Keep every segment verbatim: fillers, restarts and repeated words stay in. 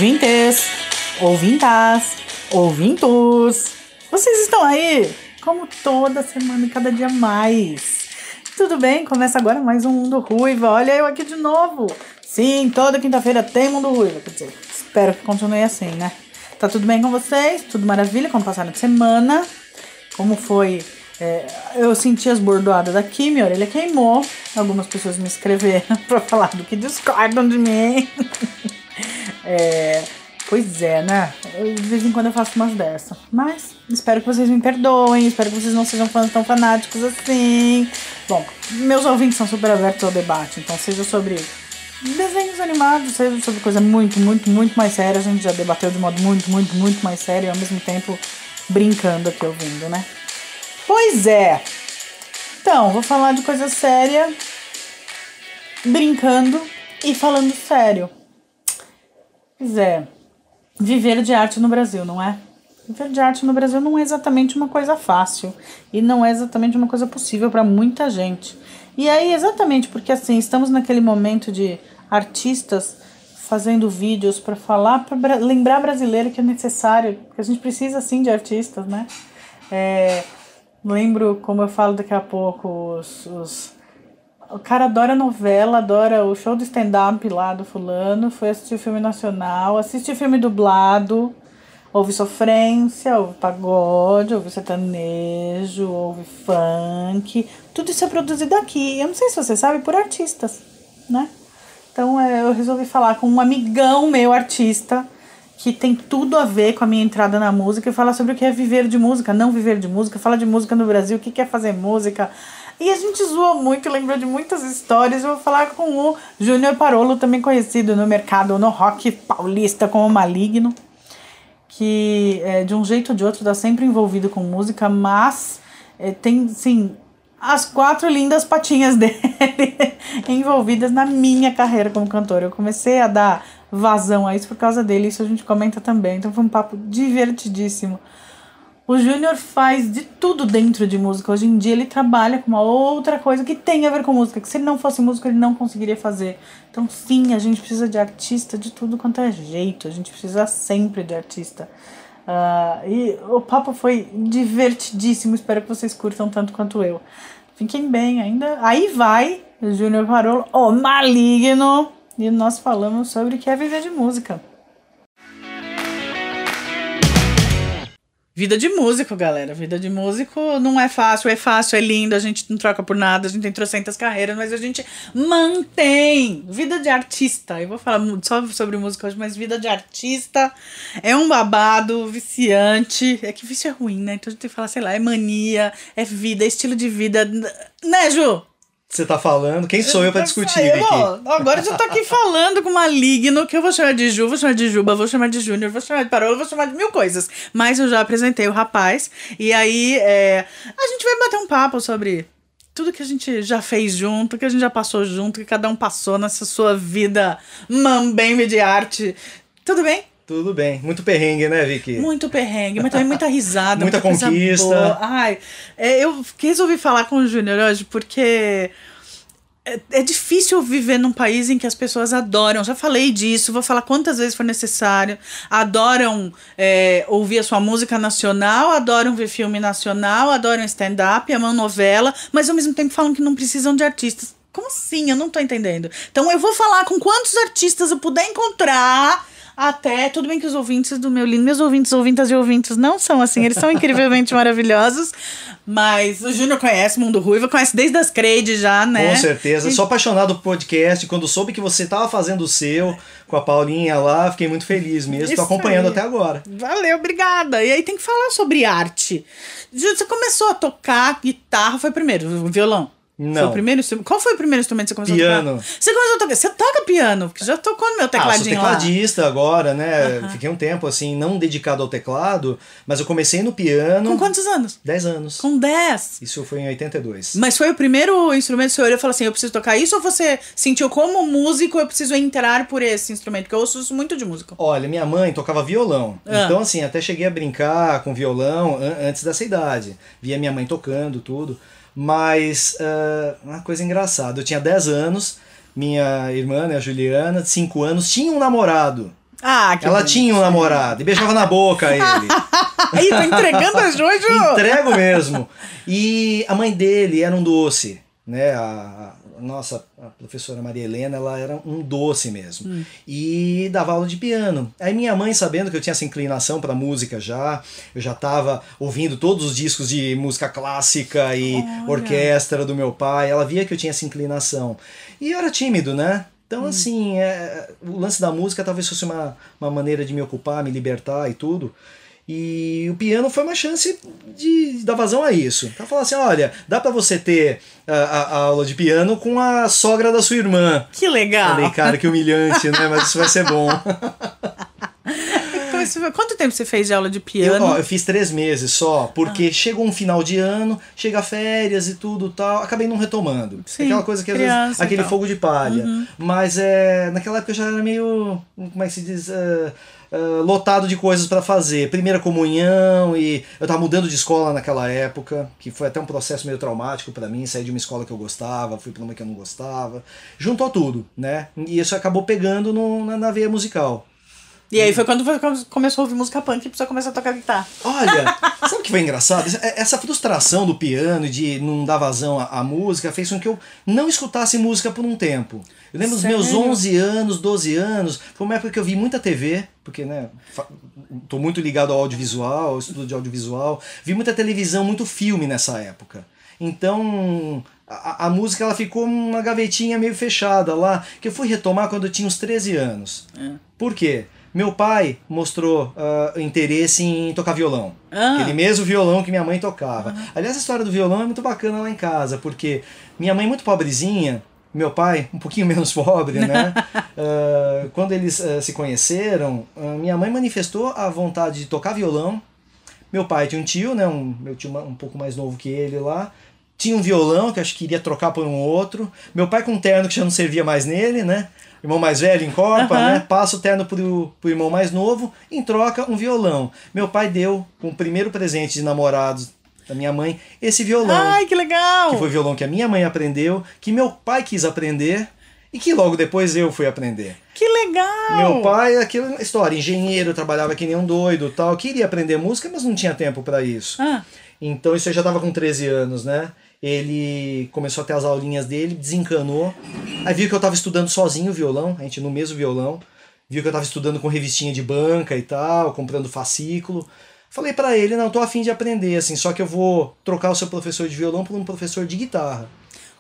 Ouvintes, ouvintas, ouvintos, vocês estão aí? Como toda semana e cada dia mais. Tudo bem? Começa agora mais um Mundo Ruiva. Olha eu aqui de novo. Sim, toda quinta-feira tem Mundo Ruiva. Quer dizer, espero que continue assim, né? Tá tudo bem com vocês? Tudo maravilha? Como passaram de semana? Como foi? É, eu senti as bordoadas daqui, minha orelha queimou. Algumas pessoas me escreveram pra falar do que discordam de mim. É, pois é, né? Eu, de vez em quando eu faço umas dessas. Mas espero que vocês me perdoem. Espero que vocês não sejam fãs tão fanáticos assim. Bom, meus ouvintes são super abertos ao debate. Então seja sobre desenhos animados, seja sobre coisa muito, muito, muito mais séria. A gente já debateu de modo muito, muito, muito mais sério. E ao mesmo tempo brincando aqui ouvindo, né? Pois é. Então, vou falar de coisa séria, brincando e falando sério. Pois é, viver de arte no Brasil, não é? Viver de arte no Brasil não é exatamente uma coisa fácil e não é exatamente uma coisa possível para muita gente. E aí, exatamente porque assim, estamos naquele momento de artistas fazendo vídeos para falar, para lembrar brasileiro que é necessário, que a gente precisa sim de artistas, né? É, lembro, como eu falo daqui a pouco, os... os O cara adora novela, adora o show de stand-up lá do fulano, foi assistir o filme nacional, assiste filme dublado, ouve sofrência, ouve pagode, ouve sertanejo, ouve funk. Tudo isso é produzido aqui. Eu não sei se você sabe, por artistas, né? Então é, eu resolvi falar com um amigão meu, artista, que tem tudo a ver com a minha entrada na música e falar sobre o que é viver de música, não viver de música, fala de música no Brasil, o que é fazer música. E a gente zoa muito, lembrou de muitas histórias. Eu vou falar com o Júnior Parolo, também conhecido no mercado, no rock paulista como Maligno, que é, de um jeito ou de outro está sempre envolvido com música, mas é, tem, sim, as quatro lindas patinhas dele envolvidas na minha carreira como cantora. Eu comecei a dar vazão a isso por causa dele, isso a gente comenta também. Então foi um papo divertidíssimo. O Júnior faz de tudo dentro de música. Hoje em dia ele trabalha com uma outra coisa que tem a ver com música, que se ele não fosse músico ele não conseguiria fazer. Então sim, a gente precisa de artista de tudo quanto é jeito. A gente precisa sempre de artista. Uh, e o papo foi divertidíssimo. Espero que vocês curtam tanto quanto eu. Fiquem bem ainda. Aí vai o Júnior Parolo, o Maligno. E nós falamos sobre o que é viver de música. Vida de músico, galera. Vida de músico não é fácil, é fácil, é lindo, a gente não troca por nada, a gente tem trocentas carreiras, mas a gente mantém. Vida de artista. Eu vou falar só sobre música hoje, mas vida de artista é um babado viciante. É que vício é ruim, né? Então a gente tem que falar, sei lá, é mania, é vida, é estilo de vida. Né, Ju? Você tá falando? Quem sou eu pra discutir, eu, Vicky? Agora eu já tô aqui falando com Maligno, que eu vou chamar de Ju, vou chamar de Juba, vou chamar de Júnior, vou chamar de Parolo, vou chamar de mil coisas. Mas eu já apresentei o rapaz. E aí é, a gente vai bater um papo sobre tudo que a gente já fez junto, que a gente já passou junto, que cada um passou nessa sua vida mambembe de arte. Tudo bem? Tudo bem. Muito perrengue, né, Vicky? Muito perrengue, mas também muita risada. muita, muita conquista. Ai, é, eu resolvi falar com o Júnior hoje porque é, é difícil viver num país em que as pessoas adoram. Já falei disso, vou falar quantas vezes for necessário. Adoram é, ouvir a sua música nacional, adoram ver filme nacional, adoram stand-up, amam novela, mas ao mesmo tempo falam que não precisam de artistas. Como assim? Eu não tô entendendo. Então eu vou falar com quantos artistas eu puder encontrar. Até, tudo bem que os ouvintes do meu lindo, meus ouvintes, ouvintas e ouvintes não são assim, eles são incrivelmente maravilhosos, mas o Júnior conhece Mundo Ruiva, conhece desde as Crade já, né? Com certeza, e... sou apaixonado por podcast, quando soube que você tava fazendo o seu com a Paulinha lá, fiquei muito feliz mesmo, Isso tô acompanhando aí. Até agora. Valeu, obrigada. E aí tem que falar sobre arte. Você começou a tocar guitarra, foi primeiro, o violão? Não. Foi o primeiro instrumento? Qual foi o primeiro instrumento que você começou piano. a tocar? Você começou a tocar? Você toca piano? Porque já tocou no meu tecladinho lá. Ah, sou tecladista lá. Agora, né? Uh-huh. Fiquei um tempo assim, não dedicado ao teclado, mas eu comecei no piano. Com quantos anos? dez anos. Com dez? Isso foi em oitenta e dois. Mas foi o primeiro instrumento que você olhou e falou assim, eu preciso tocar isso? Ou você sentiu como músico, eu preciso entrar por esse instrumento? Porque eu ouço muito de música. Olha, minha mãe tocava violão. Ah. Então assim, até cheguei a brincar com violão an- antes dessa idade. Via minha mãe tocando, tudo. Mas, uh, uma coisa engraçada, eu tinha dez anos, minha irmã, né, a Juliana, de cinco anos, tinha um namorado. Ah, que Ela bonito. tinha um namorado e beijava na boca ele. Aí, tá entregando a Jojo? Entrego mesmo. E a mãe dele era um doce, né? A, a nossa a professora Maria Helena, ela era um doce mesmo. Hum. E dava aula de piano. Aí minha mãe, sabendo que eu tinha essa inclinação para música já, eu já estava ouvindo todos os discos de música clássica e Olha. orquestra do meu pai, ela via que eu tinha essa inclinação. E eu era tímido, né? Então, hum. assim, é, o lance da música talvez fosse uma, uma maneira de me ocupar, me libertar e tudo. E o piano foi uma chance de dar vazão a isso. Ela falou assim, olha, dá pra você ter a, a, a aula de piano com a sogra da sua irmã. Que legal! Falei, cara, que humilhante, né? Mas isso vai ser bom. Quanto tempo você fez de aula de piano? Eu, ó, eu fiz três meses só, porque ah. chegou um final de ano, chega férias e tudo tal, acabei não retomando. Sim, aquela coisa que às vezes, aquele fogo de palha. Uhum. Mas é, naquela época eu já era meio, como é que se diz... Uh, Uh, lotado de coisas para fazer, primeira comunhão, e eu tava mudando de escola naquela época, que foi até um processo meio traumático para mim, saí de uma escola que eu gostava, fui para uma que eu não gostava, juntou tudo, né, e isso acabou pegando no, na, na veia musical. E aí foi quando você começou a ouvir música punk e precisou começar a tocar guitarra. Olha, sabe o que foi engraçado? Essa frustração do piano, de não dar vazão à, à música, fez com que eu não escutasse música por um tempo. Eu lembro Sério? dos meus onze anos, doze anos, foi uma época que eu vi muita T V, porque, né, tô muito ligado ao audiovisual, ao estudo de audiovisual, vi muita televisão, muito filme nessa época. Então, a, a música ela ficou uma gavetinha meio fechada lá, que eu fui retomar quando eu tinha uns treze anos. É. Por quê? Meu pai mostrou uh, interesse em tocar violão. Ah. Aquele mesmo violão que minha mãe tocava. Ah. Aliás, a história do violão é muito bacana lá em casa, porque minha mãe muito pobrezinha, meu pai um pouquinho menos pobre, né? uh, quando eles uh, se conheceram, uh, minha mãe manifestou a vontade de tocar violão. Meu pai tinha um tio, né? Um, meu tio um pouco mais novo que ele lá. Tinha um violão que acho que iria trocar por um outro. Meu pai com um terno que já não servia mais nele, né? Irmão mais velho encorpa, uhum. né? Passa o terno pro, pro irmão mais novo, em troca um violão. Meu pai deu como primeiro presente de namorados da minha mãe esse violão. Ai, que legal! Que foi o violão que a minha mãe aprendeu, que meu pai quis aprender e que logo depois eu fui aprender. Que legal! Meu pai, aquela história, engenheiro, trabalhava que nem um doido, tal, queria aprender música, mas não tinha tempo para isso. Ah. Então isso eu já tava com treze anos, né? Ele começou a ter as aulinhas dele, desencanou. Aí viu que eu tava estudando sozinho violão, a gente no mesmo violão. Viu que eu tava estudando com revistinha de banca e tal, comprando fascículo. Falei pra ele, não, tô afim de aprender, assim, só que eu vou trocar o seu professor de violão por um professor de guitarra.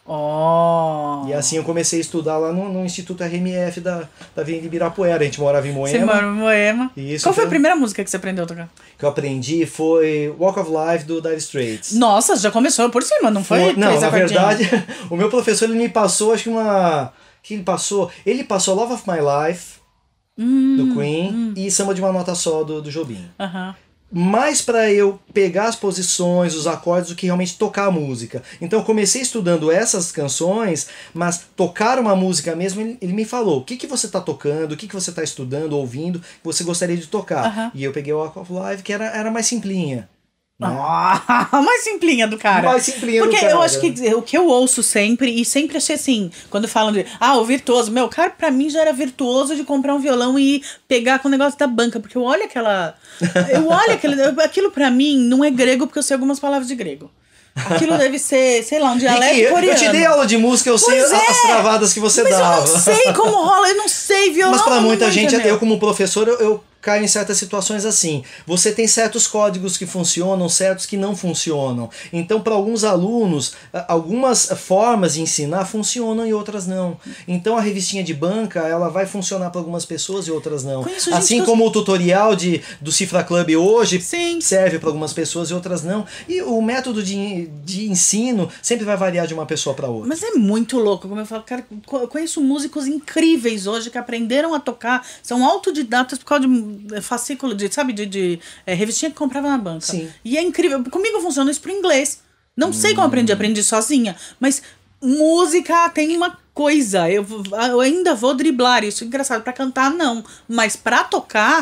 Oh. E assim eu comecei a estudar lá no, no Instituto R M F da, da Avenida Ibirapuera. A gente morava em Moema. Você mora em Moema. Isso, Qual foi então, a primeira música que você aprendeu a tocar? Que eu aprendi foi Walk of Life do Dire Straits. Nossa, já começou por cima, não foi? foi não, na verdade, o meu professor ele me passou, acho que uma... que ele passou? Ele passou Love of My Life, hum, do Queen, hum. e Samba de uma Nota Só, do, do Jobim. Aham. Uh-huh. Mais para eu pegar as posições, os acordes, do que realmente tocar a música. Então eu comecei estudando essas canções, mas tocar uma música mesmo, ele, ele me falou, o que, que você tá tocando, o que, que você tá estudando, ouvindo, que você gostaria de tocar. Uh-huh. E eu peguei o Walk of Life, que era, era mais simplinha. Né? Ah, mais simplinha do cara. Mais simplinha Porque do cara. eu acho que o que eu ouço sempre, e sempre achei assim, quando falam de, ah, o virtuoso, meu, cara, pra mim já era virtuoso de comprar um violão e pegar com o negócio da banca, porque eu olho aquela, eu olho aquele, aquilo pra mim não é grego, porque eu sei algumas palavras de grego. Aquilo deve ser, sei lá, um dialeto Ricky, coreano. Eu te dei aula de música, eu sei é. as travadas que você mas dava. Mas eu não sei como rola, eu não sei violão. Mas pra muita gente, entender. eu como professor, eu, eu caio em certas situações assim. Você tem certos códigos que funcionam, certos que não funcionam. Então, para alguns alunos, algumas formas de ensinar funcionam e outras não. Então, a revistinha de banca, ela vai funcionar para algumas pessoas e outras não. Conheço assim como eu... o tutorial de, do Cifra Club hoje Sim. serve para algumas pessoas e outras não. E o método de, de ensino sempre vai variar de uma pessoa para outra. Mas é muito louco, como eu falo, cara, eu conheço músicos incríveis hoje que aprenderam a tocar, são autodidatas por causa de fascículo de, sabe, de, de é, revistinha que comprava na banca. Sim. E é incrível. Comigo funciona isso pro inglês. Não hum. sei como aprendi, aprendi sozinha. Mas música tem uma coisa. Eu, eu ainda vou driblar isso. Engraçado, pra cantar não. Mas pra tocar,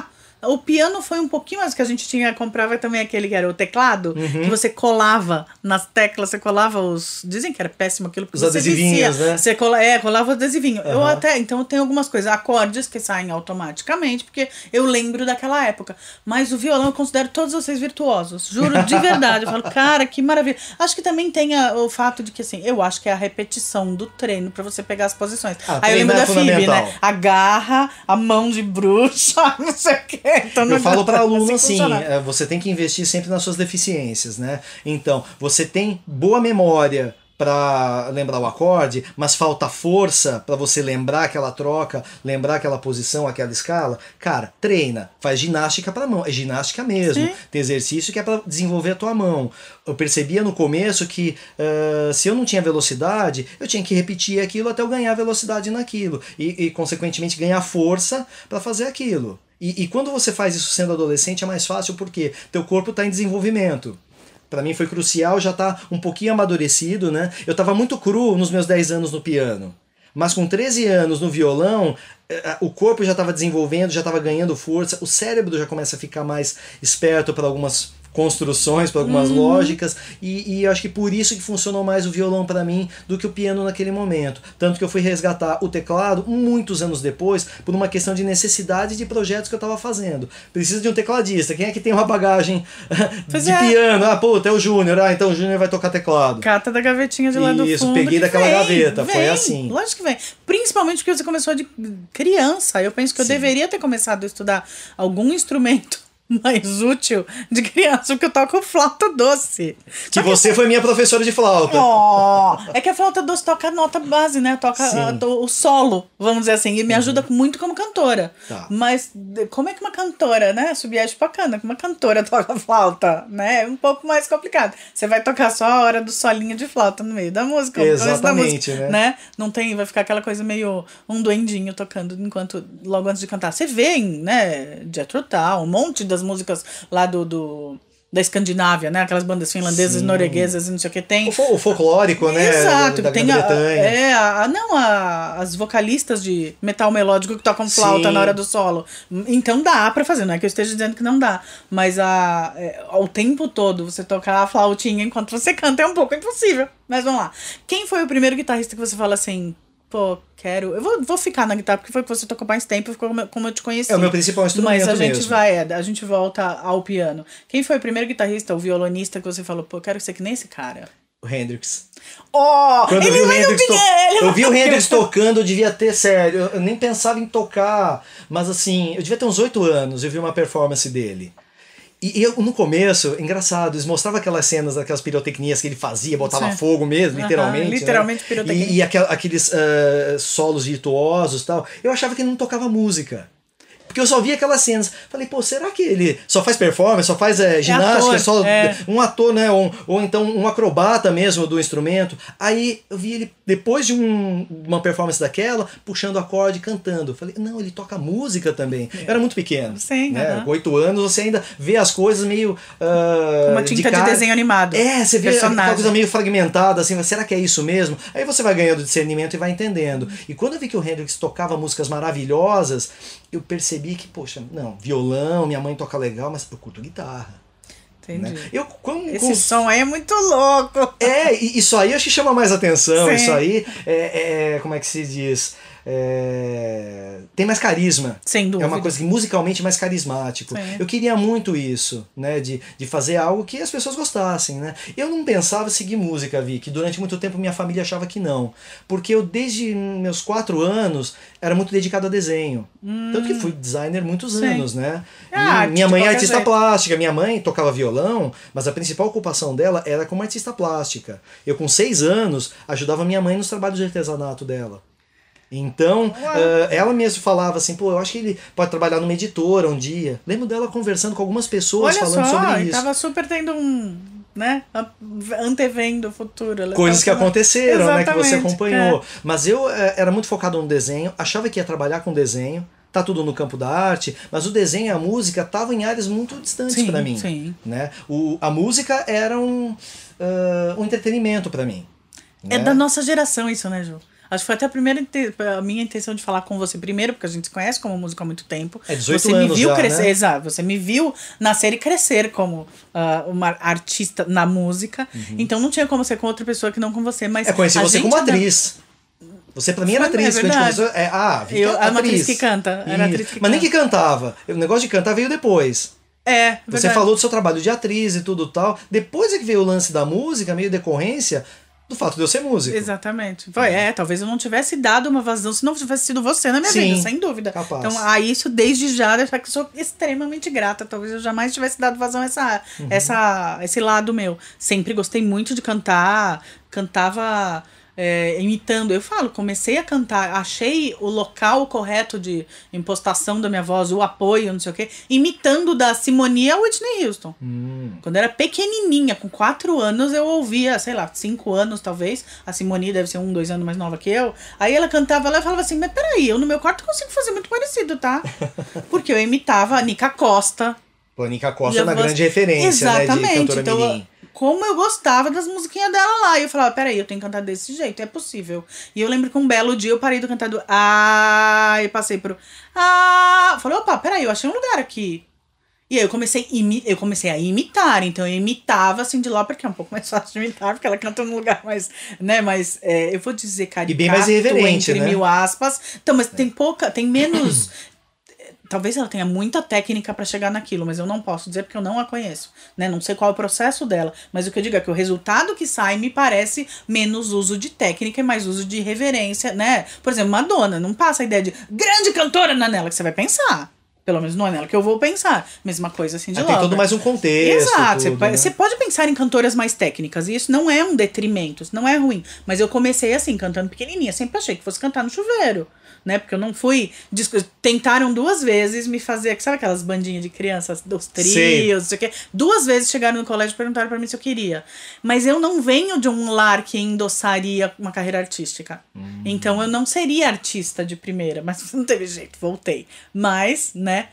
O piano foi um pouquinho mais que a gente tinha, comprava também aquele que era o teclado, uhum. que você colava nas teclas, você colava os... Dizem que era péssimo aquilo. Os adesivinhos, né? Você cola, é, colava o adesivinho. Uhum. Eu até, então eu tenho algumas coisas, acordes que saem automaticamente, porque eu lembro daquela época. Mas o violão eu considero todos vocês virtuosos. Juro, de verdade. Eu falo, cara, que maravilha. Acho que também tem a, o fato de que, assim, eu acho que é a repetição do treino pra você pegar as posições. Ah, aí eu lembro é da Phoebe, né? A garra, a mão de bruxa, não sei o quê. Então, eu falo para aluno assim, assim você tem que investir sempre nas suas deficiências, né? Então, você tem boa memória para lembrar o acorde, mas falta força para você lembrar aquela troca, lembrar aquela posição, aquela escala. Cara, treina, faz ginástica para mão, é ginástica mesmo. Sim. Tem exercício que é para desenvolver a tua mão. Eu percebia no começo que uh, se eu não tinha velocidade, eu tinha que repetir aquilo até eu ganhar velocidade naquilo e, e consequentemente ganhar força para fazer aquilo. E, e quando você faz isso sendo adolescente é mais fácil porque teu corpo está em desenvolvimento. Para mim foi crucial já estar tá um pouquinho amadurecido, né? Eu estava muito cru nos meus dez anos no piano. Mas com treze anos no violão, o corpo já estava desenvolvendo, já estava ganhando força, o cérebro já começa a ficar mais esperto para algumas construções, para algumas uhum. lógicas, e, e acho que por isso que funcionou mais o violão para mim do que o piano naquele momento. Tanto que eu fui resgatar o teclado muitos anos depois, por uma questão de necessidade de projetos que eu estava fazendo. Precisa de um tecladista. Quem é que tem uma bagagem pois de é. piano? Ah, pô, até o Júnior. Ah, então o Júnior vai tocar teclado. Cata da gavetinha de lá do fundo. Isso, peguei daquela vem, gaveta. Vem, foi assim. Lógico que vem. Principalmente porque você começou de criança. Eu penso que eu Sim. deveria ter começado a estudar algum instrumento mais útil de criança, porque eu toco flauta doce. Que você foi minha professora de flauta. Oh, é que a flauta doce toca a nota base, né? Toca a, a, o solo, vamos dizer assim, e me ajuda uhum. muito como cantora. Tá. Mas como é que uma cantora, né? Subia pra cana, que uma cantora toca flauta, né? É um pouco mais complicado. Você vai tocar só a hora do solinho de flauta no meio da música. Exatamente, da música, né? né? Não tem, vai ficar aquela coisa meio um duendinho tocando enquanto, logo antes de cantar. Você vê em, né, Jethro Tull, um monte de das músicas lá do, do da Escandinávia, né? Aquelas bandas finlandesas, Sim. norueguesas e não sei o que tem. O, fo o folclórico, né? Exato. Da, da tem a, é, a, não, a, as vocalistas de metal melódico que tocam flauta Sim. na hora do solo. Então dá pra fazer, não é que eu esteja dizendo que não dá. Mas a, é, ao tempo todo você tocar a flautinha enquanto você canta é um pouco impossível. Mas vamos lá. Quem foi o primeiro guitarrista que você fala assim... Pô, quero... Eu vou, vou ficar na guitarra, porque foi que você tocou mais tempo, ficou como, como eu te conheci. É o meu principal instrumento Mas a gente mesmo. vai, a gente volta ao piano. Quem foi o primeiro guitarrista, o violonista que você falou, pô, eu quero ser que nem esse cara? O Hendrix. Oh, Quando ele eu vi o Hendrix, to... ele eu vi o Hendrix tocando, eu devia ter, sério, eu, eu nem pensava em tocar, mas assim, eu devia ter uns oito anos, eu vi uma performance dele. E eu, no começo, engraçado, eles mostravam aquelas cenas daquelas pirotecnias que ele fazia, botava Sim. fogo mesmo, literalmente. Uhum, literalmente né? pirotecnia. E, e aquel, aqueles uh, solos virtuosos e tal. Eu achava que ele não tocava música. Porque eu só via aquelas cenas. Falei, pô, será que ele só faz performance, só faz é, ginástica, é ator, só é. um ator, né? Ou, ou então um acrobata mesmo do instrumento. Aí eu vi ele, depois de um, uma performance daquela, puxando acorde, cantando. Falei, não, ele toca música também. É. Eu era muito pequeno. Sim, né? Uh-huh. Oito anos, você ainda vê as coisas meio... Uh, uma tinta de, de, de desenho animado. É, você vê aquela coisa meio fragmentada, assim, será que é isso mesmo? Aí você vai ganhando discernimento e vai entendendo. E quando eu vi que o Hendrix tocava músicas maravilhosas, eu percebi que, poxa, não, violão, minha mãe toca legal, mas eu curto guitarra. Entendi. Né? Eu, com, Esse com... som aí é muito louco. É, isso aí eu acho que chama mais atenção. Sim. Isso aí é, é, como é que se diz? É, tem mais carisma. Sem dúvida. É uma coisa que musicalmente mais carismático. Sim. Eu queria muito isso, né? De, de fazer algo que as pessoas gostassem, né? Eu não pensava seguir música, Vi, que durante muito tempo minha família achava que não. Porque eu, desde meus quatro anos, era muito dedicado a desenho. Hum. Tanto que fui designer muitos Sim. anos, né? Ah, minha mãe é artista jeito. plástica, minha mãe tocava violão, mas a principal ocupação dela era como artista plástica. Eu, com seis anos, ajudava minha mãe nos trabalhos de artesanato dela. Então, uh, ela mesmo falava assim, pô, eu acho que ele pode trabalhar numa editora um dia. Lembro dela conversando com algumas pessoas, Olha falando só, sobre isso. Olha só, tava super tendo um, né, antevendo o futuro. Ela Coisas que aconteceram, né, que você acompanhou. É. Mas eu uh, era muito focado no desenho, achava que ia trabalhar com desenho. Tá tudo no campo da arte, mas o desenho e a música estavam em áreas muito distantes para mim. Sim. Né? O, a música era um, uh, um entretenimento para mim. É né? da nossa geração isso, né, Ju? Acho que foi até a primeira inte- a minha intenção de falar com você primeiro, porque a gente se conhece como músico há muito tempo. É dezoito você anos me viu já, crescer, né? exato. Você me viu nascer e crescer como ah, uma artista na música. Então não tinha como ser com outra pessoa que não com você. Mas É, conheci a você gente como ainda- atriz. Você pra mim era Foi- é atriz. quando a gente verdade. começou, é, ah, Vicky Eu- é é uma atriz que canta, era Isso. atriz que Mas nem canta. que cantava. O negócio de cantar veio depois. É, Você verdade. falou do seu trabalho de atriz e tudo tal. Depois é que veio o lance da música, meio decorrência do fato de eu ser músico. Exatamente. Foi, é, talvez eu não tivesse dado uma vazão se não tivesse sido você na minha Sim, vida, sem dúvida. capaz. Então, a isso desde já, deixar que eu sou extremamente grata. Talvez eu jamais tivesse dado vazão a essa, Uhum. essa, esse lado meu. Sempre gostei muito de cantar, cantava. É, imitando, eu falo, comecei a cantar, achei o local correto de impostação da minha voz, o apoio, não sei o quê, imitando da Simone a Whitney Houston. Hum. Quando eu era pequenininha, com quatro anos, eu ouvia, sei lá, cinco anos talvez. A Simone deve ser um, dois anos mais nova que eu. Aí ela cantava lá e falava assim: mas peraí, eu no meu quarto consigo fazer muito parecido, tá? Porque eu imitava a Nica Costa. Pô, Nica Costa E é a uma voz- grande referência, né, de Exatamente. cantora Então, mirim. como eu gostava das musiquinhas dela lá. E eu falava, peraí, eu tenho que cantar desse jeito, é possível. E eu lembro que um belo dia eu parei do cantar do ah, e passei pro ah. Eu falei, opa, peraí, eu achei um lugar aqui. E aí eu comecei, imi eu comecei a imitar, então eu imitava assim de lá, porque é um pouco mais fácil de imitar, porque ela canta num lugar mais, né, mas é, eu vou dizer caricato, E bem mais irreverente, entre né? mil aspas. Então, mas tem pouca, tem menos... Talvez ela tenha muita técnica pra chegar naquilo, mas eu não posso dizer porque eu não a conheço, né? Não sei qual é o processo dela, mas o que eu digo é que o resultado que sai me parece menos uso de técnica e mais uso de reverência, né? Por exemplo, Madonna, não passa a ideia de grande cantora na nela que você vai pensar. Pelo menos não é nela que eu vou pensar. Mesma coisa assim de Ah, tem todo mais um contexto. Exato. tudo, Você, né? você pode pensar em cantoras mais técnicas, e isso não é um detrimento, isso não é ruim. Mas eu comecei assim, cantando pequenininha. Sempre achei que fosse cantar no chuveiro, né? Porque eu não fui... disco- Tentaram duas vezes me fazer... Sabe aquelas bandinhas de crianças, dos trios, Sei. não sei o quê? Duas vezes chegaram no colégio e perguntaram pra mim se eu queria. Mas eu não venho de um lar que endossaria uma carreira artística. Hum. Então eu não seria artista de primeira. Mas não teve jeito, voltei. Mas, né?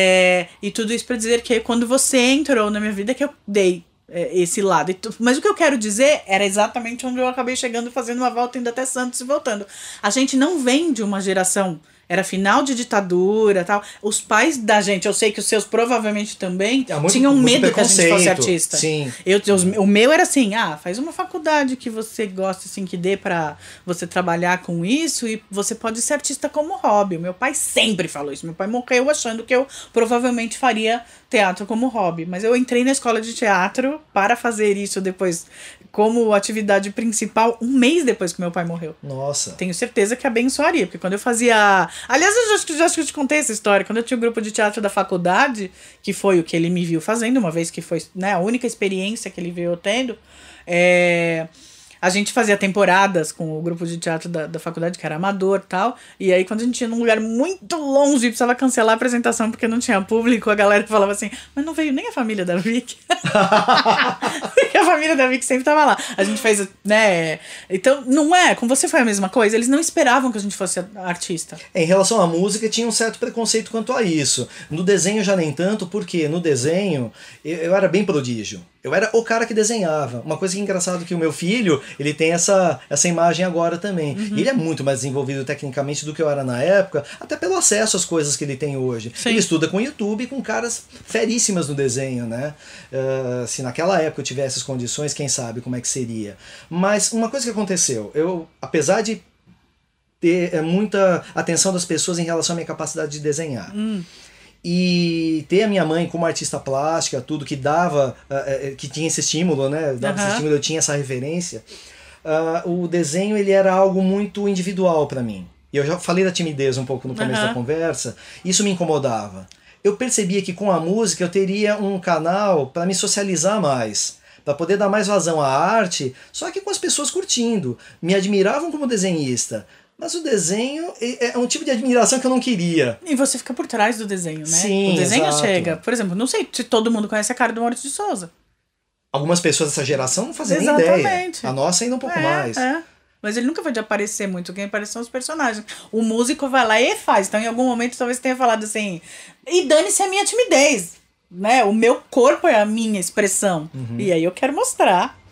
É, e tudo isso pra dizer que quando você entrou na minha vida que eu dei é, esse lado. E tu- Mas o que eu quero dizer era exatamente onde eu acabei chegando, fazendo uma volta indo até Santos e voltando. A gente não vem de uma geração... Era final de ditadura e tal. Os pais da gente, eu sei que os seus provavelmente também, É muito- tinham muito medo que a gente fosse preconceito. artista. Sim. Eu, eu- o meu era assim, ah, faz uma faculdade que você gosta, assim, que dê pra você trabalhar com isso e você pode ser artista como hobby. O meu pai sempre falou isso. Meu pai morreu achando que eu provavelmente faria teatro como hobby. Mas eu entrei na escola de teatro para fazer isso depois como atividade principal um mês depois que meu pai morreu. Nossa. Tenho certeza que abençoaria, porque quando eu fazia... Aliás, eu já, acho que- já acho que eu te contei essa história. Quando eu tinha o grupo de teatro da faculdade, que foi o que ele me viu fazendo, uma vez que foi, né, a única experiência que ele viu eu tendo, é... a gente fazia temporadas com o grupo de teatro da, da faculdade, que era amador e tal. E aí, quando a gente ia num lugar muito longe e precisava cancelar a apresentação porque não tinha público, a galera falava assim, mas não veio nem a família da Vicky. Porque a família da Vicky sempre tava lá. A gente fez, né? Então, não é? Com você foi a mesma coisa? Eles não esperavam que a gente fosse artista. Em relação à música, tinha um certo preconceito quanto a isso. No desenho já nem tanto, porque no desenho eu, eu era bem prodígio. Eu era o cara que desenhava. Uma coisa que é engraçado que o meu filho, ele tem essa, essa imagem agora também. Uhum. E ele é muito mais desenvolvido tecnicamente do que eu era na época, até pelo acesso às coisas que ele tem hoje. Sim. Ele estuda com YouTube com caras feríssimas no desenho, né? Uh, se naquela época eu tivesse as condições, quem sabe como é que seria. Mas uma coisa que aconteceu, eu, apesar de ter é, muita atenção das pessoas em relação à minha capacidade de desenhar. Hum. E ter a minha mãe como artista plástica, tudo que dava, uh, uh, que tinha esse estímulo, né? Dava Uhum. esse estímulo, eu tinha essa referência. Uh, o desenho ele era algo muito individual para mim. E eu já falei da timidez um pouco no começo Uhum. da conversa. Isso me incomodava. Eu percebia que com a música eu teria um canal para me socializar mais, para poder dar mais vazão à arte, só que com as pessoas curtindo. Me admiravam como desenhista. Mas o desenho é um tipo de admiração que eu não queria. E você fica por trás do desenho, né? Sim, o desenho exato. chega. Por exemplo, não sei se todo mundo conhece a cara do Maurício de Souza. Algumas pessoas dessa geração não fazem nem Exatamente. ideia. A nossa ainda um pouco é, mais. É. Mas ele nunca vai de aparecer muito. Quem aparece são os personagens. O músico vai lá e faz. Então, em algum momento, talvez tenha falado assim... E dane-se a minha timidez. Né? O meu corpo é a minha expressão. Uhum. E aí eu quero mostrar.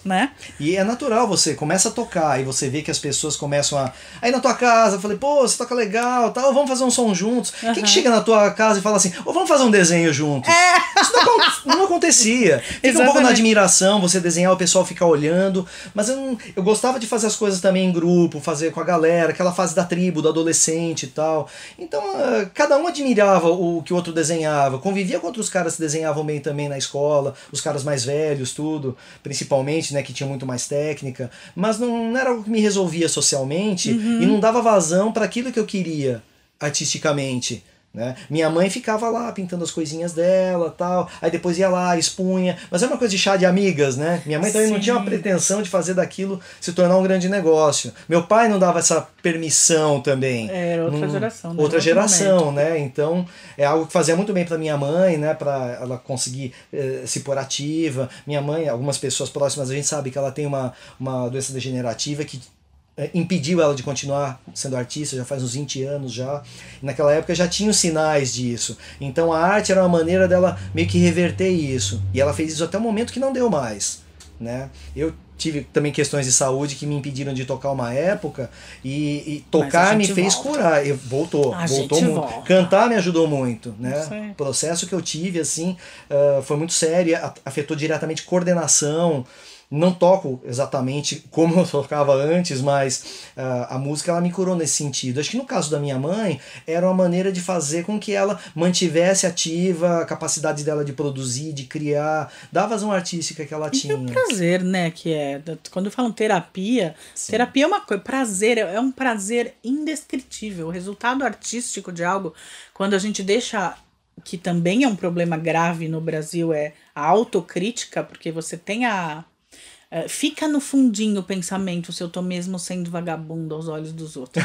né? E é natural, você começa a tocar e você vê que as pessoas começam a... Aí na tua casa, eu falei, pô, você toca legal, tal, vamos fazer um som juntos. Uhum. Quem que chega na tua casa e fala assim, ô, vamos fazer um desenho juntos? É. Isso não, não acontecia. Fica Exatamente. um pouco na admiração, você desenhar, o pessoal ficar olhando, mas eu, não, eu gostava de fazer as coisas também em grupo, fazer com a galera, aquela fase da tribo, do adolescente e tal. Então, uh, cada um admirava o que o outro desenhava, convivia com outros caras que desenhavam bem também na escola, os caras mais velhos, tudo, principalmente, né, que tinha muito mais técnica, mas não, não era algo que me resolvia socialmente uhum. e não dava vazão para aquilo que eu queria artisticamente. Né? Minha mãe ficava lá pintando as coisinhas dela, tal, aí depois ia lá, expunha, mas é uma coisa de chá de amigas, né? Minha mãe também Sim. não tinha uma pretensão de fazer daquilo se tornar um grande negócio. Meu pai não dava essa permissão também. Era outra geração. Né? Outra geração, né? Então é algo que fazia muito bem para minha mãe, né? Para ela conseguir eh, se pôr ativa. Minha mãe, algumas pessoas próximas, a gente sabe que ela tem uma, uma doença degenerativa que impediu ela de continuar sendo artista, já faz uns vinte anos já. E naquela época já tinha os sinais disso. Então a arte era uma maneira dela meio que reverter isso. E ela fez isso até o momento que não deu mais. Né? Eu tive também questões de saúde que me impediram de tocar uma época e, e tocar me fez volta. curar. Eu, voltou, a voltou muito. Volta. Cantar me ajudou muito. Né? O processo que eu tive assim, uh, foi muito sério, afetou diretamente coordenação. Não toco exatamente como eu tocava antes, mas uh, a música ela me curou nesse sentido. Acho que no caso da minha mãe, era uma maneira de fazer com que ela mantivesse ativa a capacidade dela de produzir, de criar, da vazão artística que ela e tinha. E o prazer, né, que é, quando falam terapia, Sim. terapia é uma coisa, prazer é um prazer indescritível. O resultado artístico de algo, quando a gente deixa... que também é um problema grave no Brasil, é a autocrítica, porque você tem a... Uh, fica no fundinho o pensamento se eu tô mesmo sendo vagabundo aos olhos dos outros.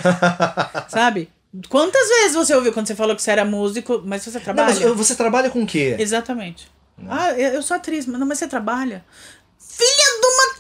Sabe? Quantas vezes você ouviu quando você falou que você era músico, mas você trabalha? Não, mas você trabalha com o quê? Exatamente. Não. Ah, eu sou atriz, mas não, mas você trabalha? Filha de uma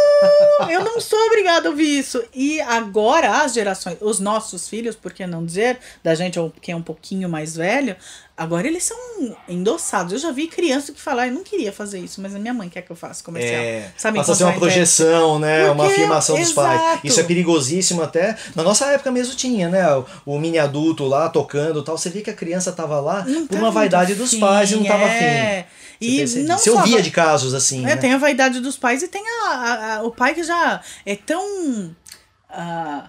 tu! Eu não sou obrigada a ouvir isso. E agora as gerações, os nossos filhos, por que não dizer, da gente que é um pouquinho mais velho, agora eles são endossados. Eu já vi criança que fala, eu não queria fazer isso, mas a minha mãe quer que eu faça comercial. É, Sabe, passa a ser uma projeção, né? Porque, uma afirmação dos exato. pais. Isso é perigosíssimo até. Na nossa época mesmo tinha, né? O, o mini adulto lá tocando e tal. Você via que a criança tava lá não por tá uma vaidade dos fim, pais e não tava é. afim. E você não você só ouvia de casos assim. É, né? Tem a vaidade dos pais e tem a, a, a, o pai que já é tão... Uh,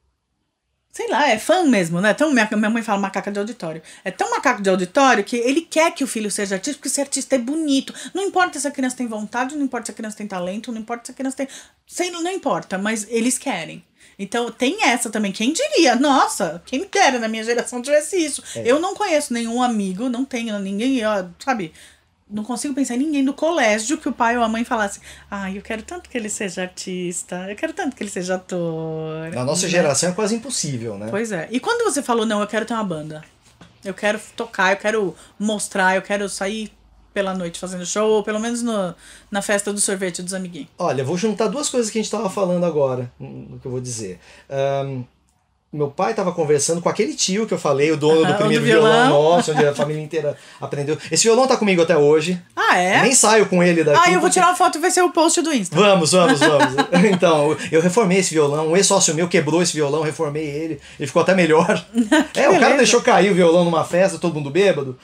sei lá, é fã mesmo, né? Tão, minha, minha mãe fala macaca de auditório. É tão macaco de auditório que ele quer que o filho seja artista, porque ser artista é bonito. Não importa se a criança tem vontade, não importa se a criança tem talento, não importa se a criança tem... Sei, não importa, mas eles querem. Então tem essa também. Quem diria? Nossa, quem me dera na minha geração tivesse isso. É. Eu não conheço nenhum amigo, não tenho ninguém, ó, sabe... Não consigo pensar em ninguém do colégio que o pai ou a mãe falasse, ah, eu quero tanto que ele seja artista, eu quero tanto que ele seja ator. Na nossa né? geração é quase impossível, né? Pois é. E quando você falou, não, eu quero ter uma banda, eu quero tocar, eu quero mostrar, eu quero sair pela noite fazendo show, ou pelo menos no, na festa do sorvete dos amiguinhos. Olha, vou juntar duas coisas que a gente estava falando agora, no que eu vou dizer. Um, meu pai estava conversando com aquele tio que eu falei, o dono do primeiro do violão. violão nosso, onde a família inteira aprendeu. Esse violão tá comigo até hoje. Ah, é? Eu nem saio com ele daqui. Ah, eu vou tirar uma foto e vai ser o post do Insta. Vamos, vamos, vamos. Então, eu reformei esse violão. Um ex-sócio meu quebrou esse violão, reformei ele. Ele ficou até melhor. É, beleza. O cara deixou cair o violão numa festa, todo mundo bêbado.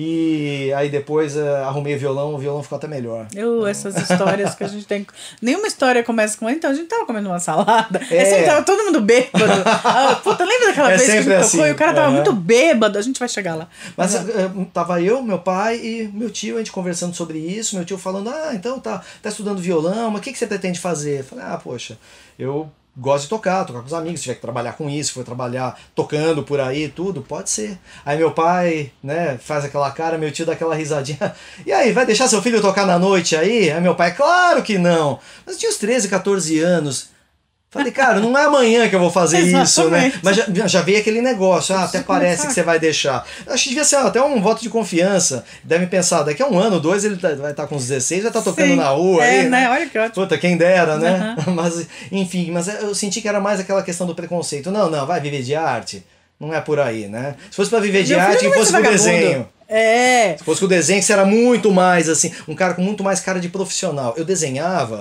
E aí depois uh, arrumei o violão, o violão ficou até melhor. Eu, então... essas histórias que a gente tem. Nenhuma história começa com. Então, a gente tava comendo uma salada. É, é sempre tava todo mundo bêbado. Ah, puta, lembra daquela é vez que a gente assim. tocou e o cara tava uhum. muito bêbado? A gente vai chegar lá. Mas uhum. tava eu, meu pai e meu tio, a gente conversando sobre isso. Meu tio falando: ah, então tá, tá estudando violão, mas o que, que você pretende fazer? Eu falei: ah, poxa, eu. Gosto de tocar, tocar com os amigos, se tiver que trabalhar com isso, for trabalhar tocando por aí, tudo, pode ser. Aí meu pai, né, faz aquela cara, meu tio dá aquela risadinha. E aí, vai deixar seu filho tocar na noite aí? Aí meu pai, claro que não. Mas eu tinha uns treze, catorze anos. Falei, cara, não é amanhã que eu vou fazer isso, né? Mas já, já veio aquele negócio, ah, até parece começar. Que você vai deixar. Acho que devia ser até um voto de confiança. Devem pensar, daqui a um ano, dois, ele vai estar com uns dezesseis, vai estar tocando Sim, na rua. É, aí, né? Olha que ótimo. Puta, quem dera, né? Uhum. Mas, enfim, mas eu senti que era mais aquela questão do preconceito. Não, não, vai viver de arte. Não é por aí, né? Se fosse pra viver de Meu arte, que fosse com desenho. É. Se fosse com o desenho, você era muito mais, assim, um cara com muito mais cara de profissional. Eu desenhava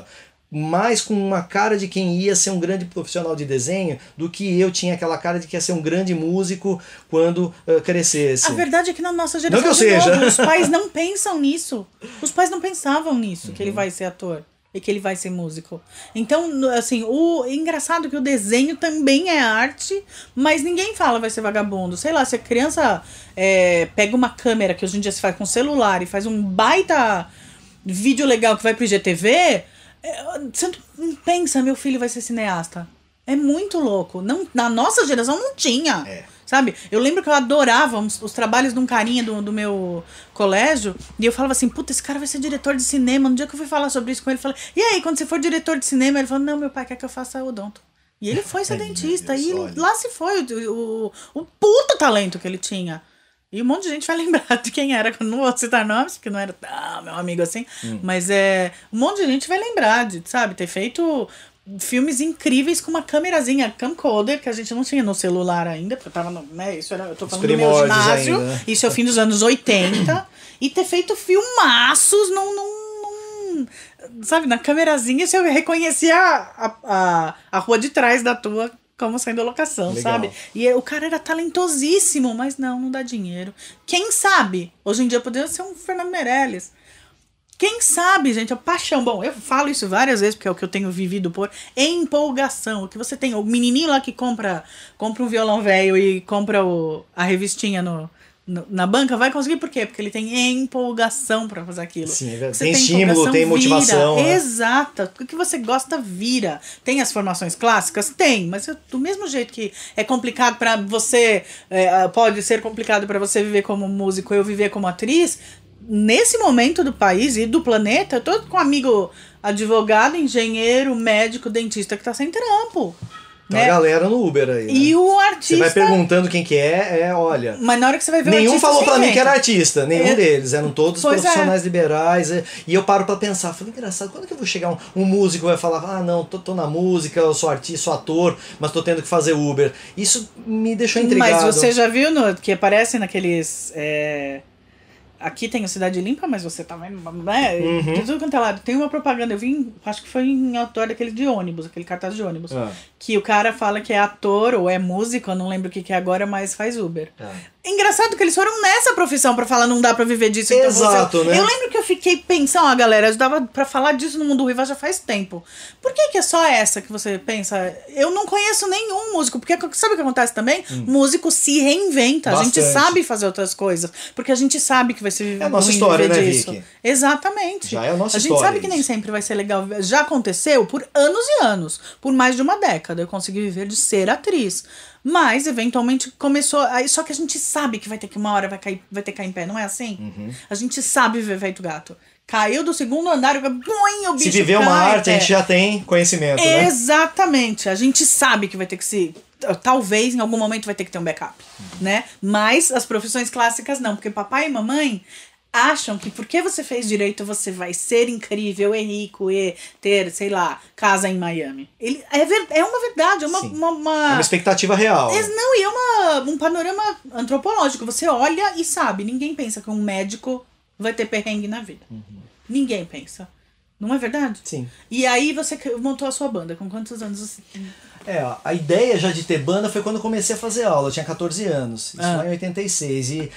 mais com uma cara de quem ia ser um grande profissional de desenho do que eu tinha aquela cara de que ia ser um grande músico quando uh, crescesse. A verdade é que na nossa geração, não que eu de seja. novo, os pais não pensam nisso. Os pais não pensavam nisso, uhum. que ele vai ser ator e que ele vai ser músico. Então, assim, o é engraçado que o desenho também é arte, mas ninguém fala vai ser vagabundo. Sei lá, se a criança é, pega uma câmera que hoje em dia se faz com celular e faz um baita vídeo legal que vai pro I G T V... Você não pensa, meu filho vai ser cineasta. É muito louco. Não, na nossa geração não tinha. É. Sabe? Eu lembro que eu adorava os, os trabalhos de um carinha do, do meu colégio. E eu falava assim, puta, esse cara vai ser diretor de cinema. No dia que eu fui falar sobre isso com ele, eu falei, e aí, quando você for diretor de cinema? Ele falou, não, meu pai quer que eu faça odonto. E ele foi ser Ai, dentista. Deus, e olha. Lá se foi o, o, o puta talento que ele tinha. E um monte de gente vai lembrar de quem era. Não vou citar nomes, porque não era tão meu amigo assim. Hum. Mas é, um monte de gente vai lembrar de, sabe, ter feito filmes incríveis com uma câmerazinha camcorder, que a gente não tinha no celular ainda, porque eu tava no, né, isso era, eu tô falando do meu ginásio, ainda. Isso é o fim dos anos oitenta, e ter feito filmaços num, num, num sabe, na câmerazinha, você reconhecia a, a, a rua de trás da tua como sendo locação, legal. Sabe? E o cara era talentosíssimo, mas não, não dá dinheiro. Quem sabe? Hoje em dia poderia ser um Fernando Meirelles. Quem sabe, gente, a paixão. Bom, eu falo isso várias vezes, porque é o que eu tenho vivido por empolgação. O que você tem, o menininho lá que compra, compra um violão velho e compra o, a revistinha no... na banca, vai conseguir por quê? Porque ele tem empolgação pra fazer aquilo. Sim, é tem, tem estímulo, tem motivação. Né? Exato. O que você gosta vira. Tem as formações clássicas? Tem, mas eu, do mesmo jeito que é complicado pra você, é, pode ser complicado pra você viver como músico, eu viver como atriz, nesse momento do país e do planeta, eu tô com um amigo advogado, engenheiro, médico, dentista que tá sem trampo. Tá, né? A galera no Uber aí. Né? E o artista. Você vai perguntando quem que é, é, olha. Mas na hora que você vai ver nenhum o artista. Nenhum falou pra inventa. mim que era artista, nenhum é... deles. Eram todos pois profissionais é. liberais. E eu paro pra pensar, falei, engraçado, quando que eu vou chegar um, um músico vai falar, ah, não, tô, tô na música, eu sou artista, sou ator, mas tô tendo que fazer Uber. Isso me deixou intrigado. Mas você já viu no, que aparece naqueles. É... Aqui tem o Cidade Limpa, mas você tá vendo, né? Uhum. De tudo quanto é lado. Tem uma propaganda, eu vi, acho que foi em autor daquele de ônibus, aquele cartaz de ônibus. Ah. Que o cara fala que é ator ou é músico, eu não lembro o que, que é agora, mas faz Uber. Ah. Engraçado que eles foram nessa profissão pra falar não dá pra viver disso. Então exato, você... né? Eu lembro que eu fiquei pensando, ó, galera, dava pra falar disso no Mundo Ruiva já faz tempo. Por que que é só essa que você pensa? Eu não conheço nenhum músico, porque sabe o que acontece também? Hum. Músico se reinventa, bastante. A gente sabe fazer outras coisas, porque a gente sabe que vai ser é a nossa história, né, disso. Vicky? Exatamente. Já é a nossa a história. A gente sabe que isso. nem sempre vai ser legal. Já aconteceu por anos e anos, por mais de uma década, eu consegui viver de ser atriz. Mas, eventualmente, começou... Aí, só que a gente sabe que vai ter que uma hora vai, cair, vai ter que cair em pé, não é assim? Uhum. A gente sabe viver feito gato. Caiu do segundo andar, o bicho se viver cai, uma arte, é. a gente já tem conhecimento, né? Exatamente. A gente sabe que vai ter que se... Talvez, em algum momento, vai ter que ter um backup, uhum. né? Mas as profissões clássicas não, porque papai e mamãe... acham que porque você fez direito você vai ser incrível e rico e ter, sei lá, casa em Miami. Ele, é, ver, é uma verdade, é uma, uma, uma... é uma expectativa real. É, não, e é uma, um panorama antropológico. Você olha e sabe, ninguém pensa que um médico vai ter perrengue na vida. Uhum. Ninguém pensa. Não é verdade? Sim. E aí você montou a sua banda. Com quantos anos você... É, a ideia já de ter banda foi quando eu comecei a fazer aula. Eu tinha catorze anos. Isso ah. foi em oitenta e seis. E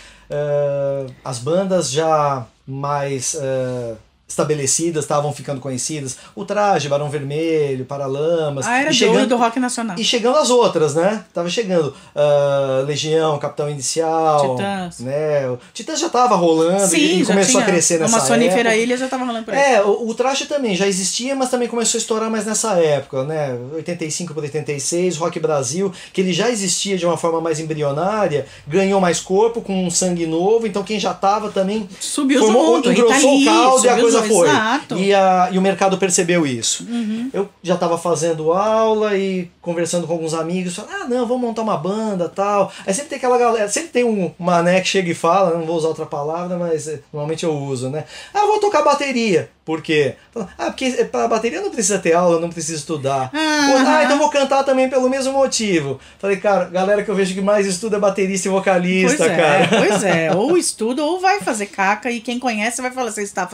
uh, as bandas já mais uh, estabelecidas estavam ficando conhecidas. O Traje, Barão Vermelho, Paralamas. Ah, era e de chegando, ouro do rock nacional. E chegando as outras, né? Tava chegando. Uh, Legião, Capitão Inicial. Titãs. Né? O Titãs já tava rolando. Sim, e começou tinha. a crescer nessa época. Uma sonífera ilha já tava rolando por aí. É, o, o Traje também já existia, mas também começou a estourar mais nessa época, né? oitenta e cinco para oitenta e seis, Rock Brasil, que ele já existia de uma forma mais embrionária, ganhou mais corpo, com um sangue novo, então quem já tava também subiu formou, junto, engrossou o caldo e a coisa foi. Exato. E, a, e o mercado percebeu isso. Uhum. Eu já estava fazendo aula e conversando com alguns amigos, falando, ah, não, vamos montar uma banda tal. Aí sempre tem aquela galera, sempre tem um mané que chega e fala, não vou usar outra palavra, mas normalmente eu uso, né? Ah, eu vou tocar bateria. Por quê? Ah, porque para bateria não precisa ter aula, não precisa estudar. Uhum. Ah, então vou cantar também pelo mesmo motivo. Falei, cara, galera que eu vejo que mais estuda é baterista e vocalista, pois é, cara. Pois é, ou estuda ou vai fazer caca e quem conhece vai falar, você está fazendo caca.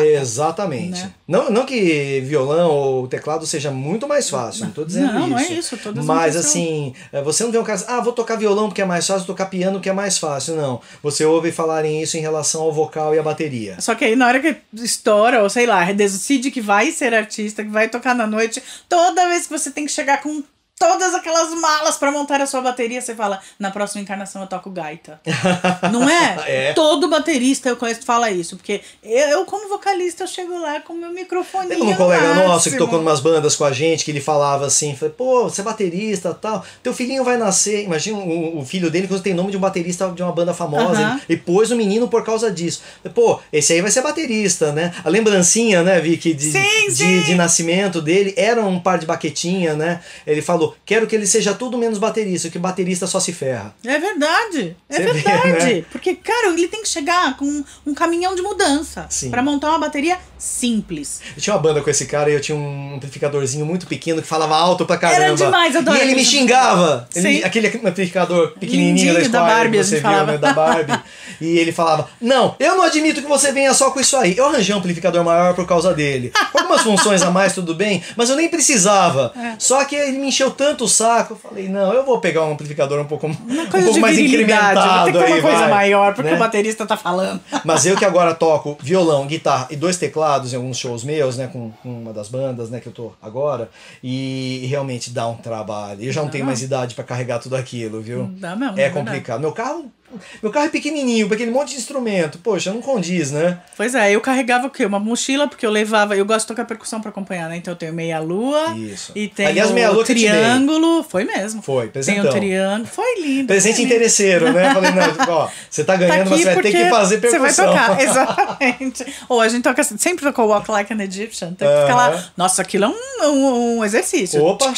nada. Exatamente. Né? Não, não que violão ou teclado seja muito mais fácil, não tô dizendo não, isso. Não, é isso. Todas Mas assim, você não vê um cara, ah, vou tocar violão porque é mais fácil, tocar piano porque é mais fácil. Não. Você ouve falarem isso em relação ao vocal e à bateria. Só que aí na hora que estoura, ou sei lá, decide que vai ser artista, que vai tocar na noite, toda vez que você tem que chegar com todas aquelas malas pra montar a sua bateria, você fala, na próxima encarnação eu toco gaita. Não é? É? Todo baterista eu conheço fala isso, porque eu, eu como vocalista, eu chego lá com meu microfone. Tem um colega nosso que tocou em umas bandas com a gente, que ele falava assim, falei, pô, você é baterista e tal, teu filhinho vai nascer, imagina o, o filho dele, que tem nome de um baterista de uma banda famosa, Uh-huh. ele, ele pôs o menino por causa disso. Falei, pô, esse aí vai ser baterista, né? A lembrancinha, né, Vicky, de, sim, de, sim. de, de nascimento dele, era um par de baquetinha, né? Ele falou, quero que ele seja tudo menos baterista, que baterista só se ferra. É verdade, é Você verdade. vê, né? Porque, cara, ele tem que chegar com um caminhão de mudança Sim. pra montar uma bateria simples. Eu tinha uma banda com esse cara e eu tinha um amplificadorzinho muito pequeno que falava alto pra caramba. Era demais, eu adorava. E ele me xingava. Sim. Ele, aquele amplificador pequenininho Lindinho, da Squire da Barbie, que a você gente viu, falava. né, da Barbie. E ele falava, não, eu não admito que você venha só com isso aí. Eu arranjei um amplificador maior por causa dele. Com algumas funções a mais, tudo bem, mas eu nem precisava. É. Só que ele me encheu tanto o saco. Eu falei, não, eu vou pegar um amplificador um pouco, um Coisa pouco de mais virilidade, incrementado. tem que ter uma aí, coisa vai, maior, porque né? o baterista tá falando. Mas eu que agora toco violão, guitarra e dois teclados em alguns shows meus, né, com, com uma das bandas, né, que eu tô agora, e, e realmente dá um trabalho. Eu já não, não tenho mais idade pra carregar tudo aquilo, viu? Dá mesmo, é é complicado. Meu carro, meu carro é pequenininho, com aquele monte de instrumento. Poxa, não condiz, né? Pois é, eu carregava o quê? Uma mochila, porque eu levava, eu gosto de tocar percussão pra acompanhar, né? Então eu tenho meia-lua e tenho Aliás, meia-lua que eu te dei. Triângulo, foi mesmo. Foi, presentão. Tem o triângulo, foi lindo. Presente foi lindo. interesseiro, né? Falei, não, ó, você tá ganhando, Tá mas você vai ter que fazer percussão. Você vai tocar, exatamente. Ou a gente toca, sempre tocou Walk Like an Egyptian, tem que Uh-huh. ficar lá. Nossa, aquilo é um, um, um exercício. Opa!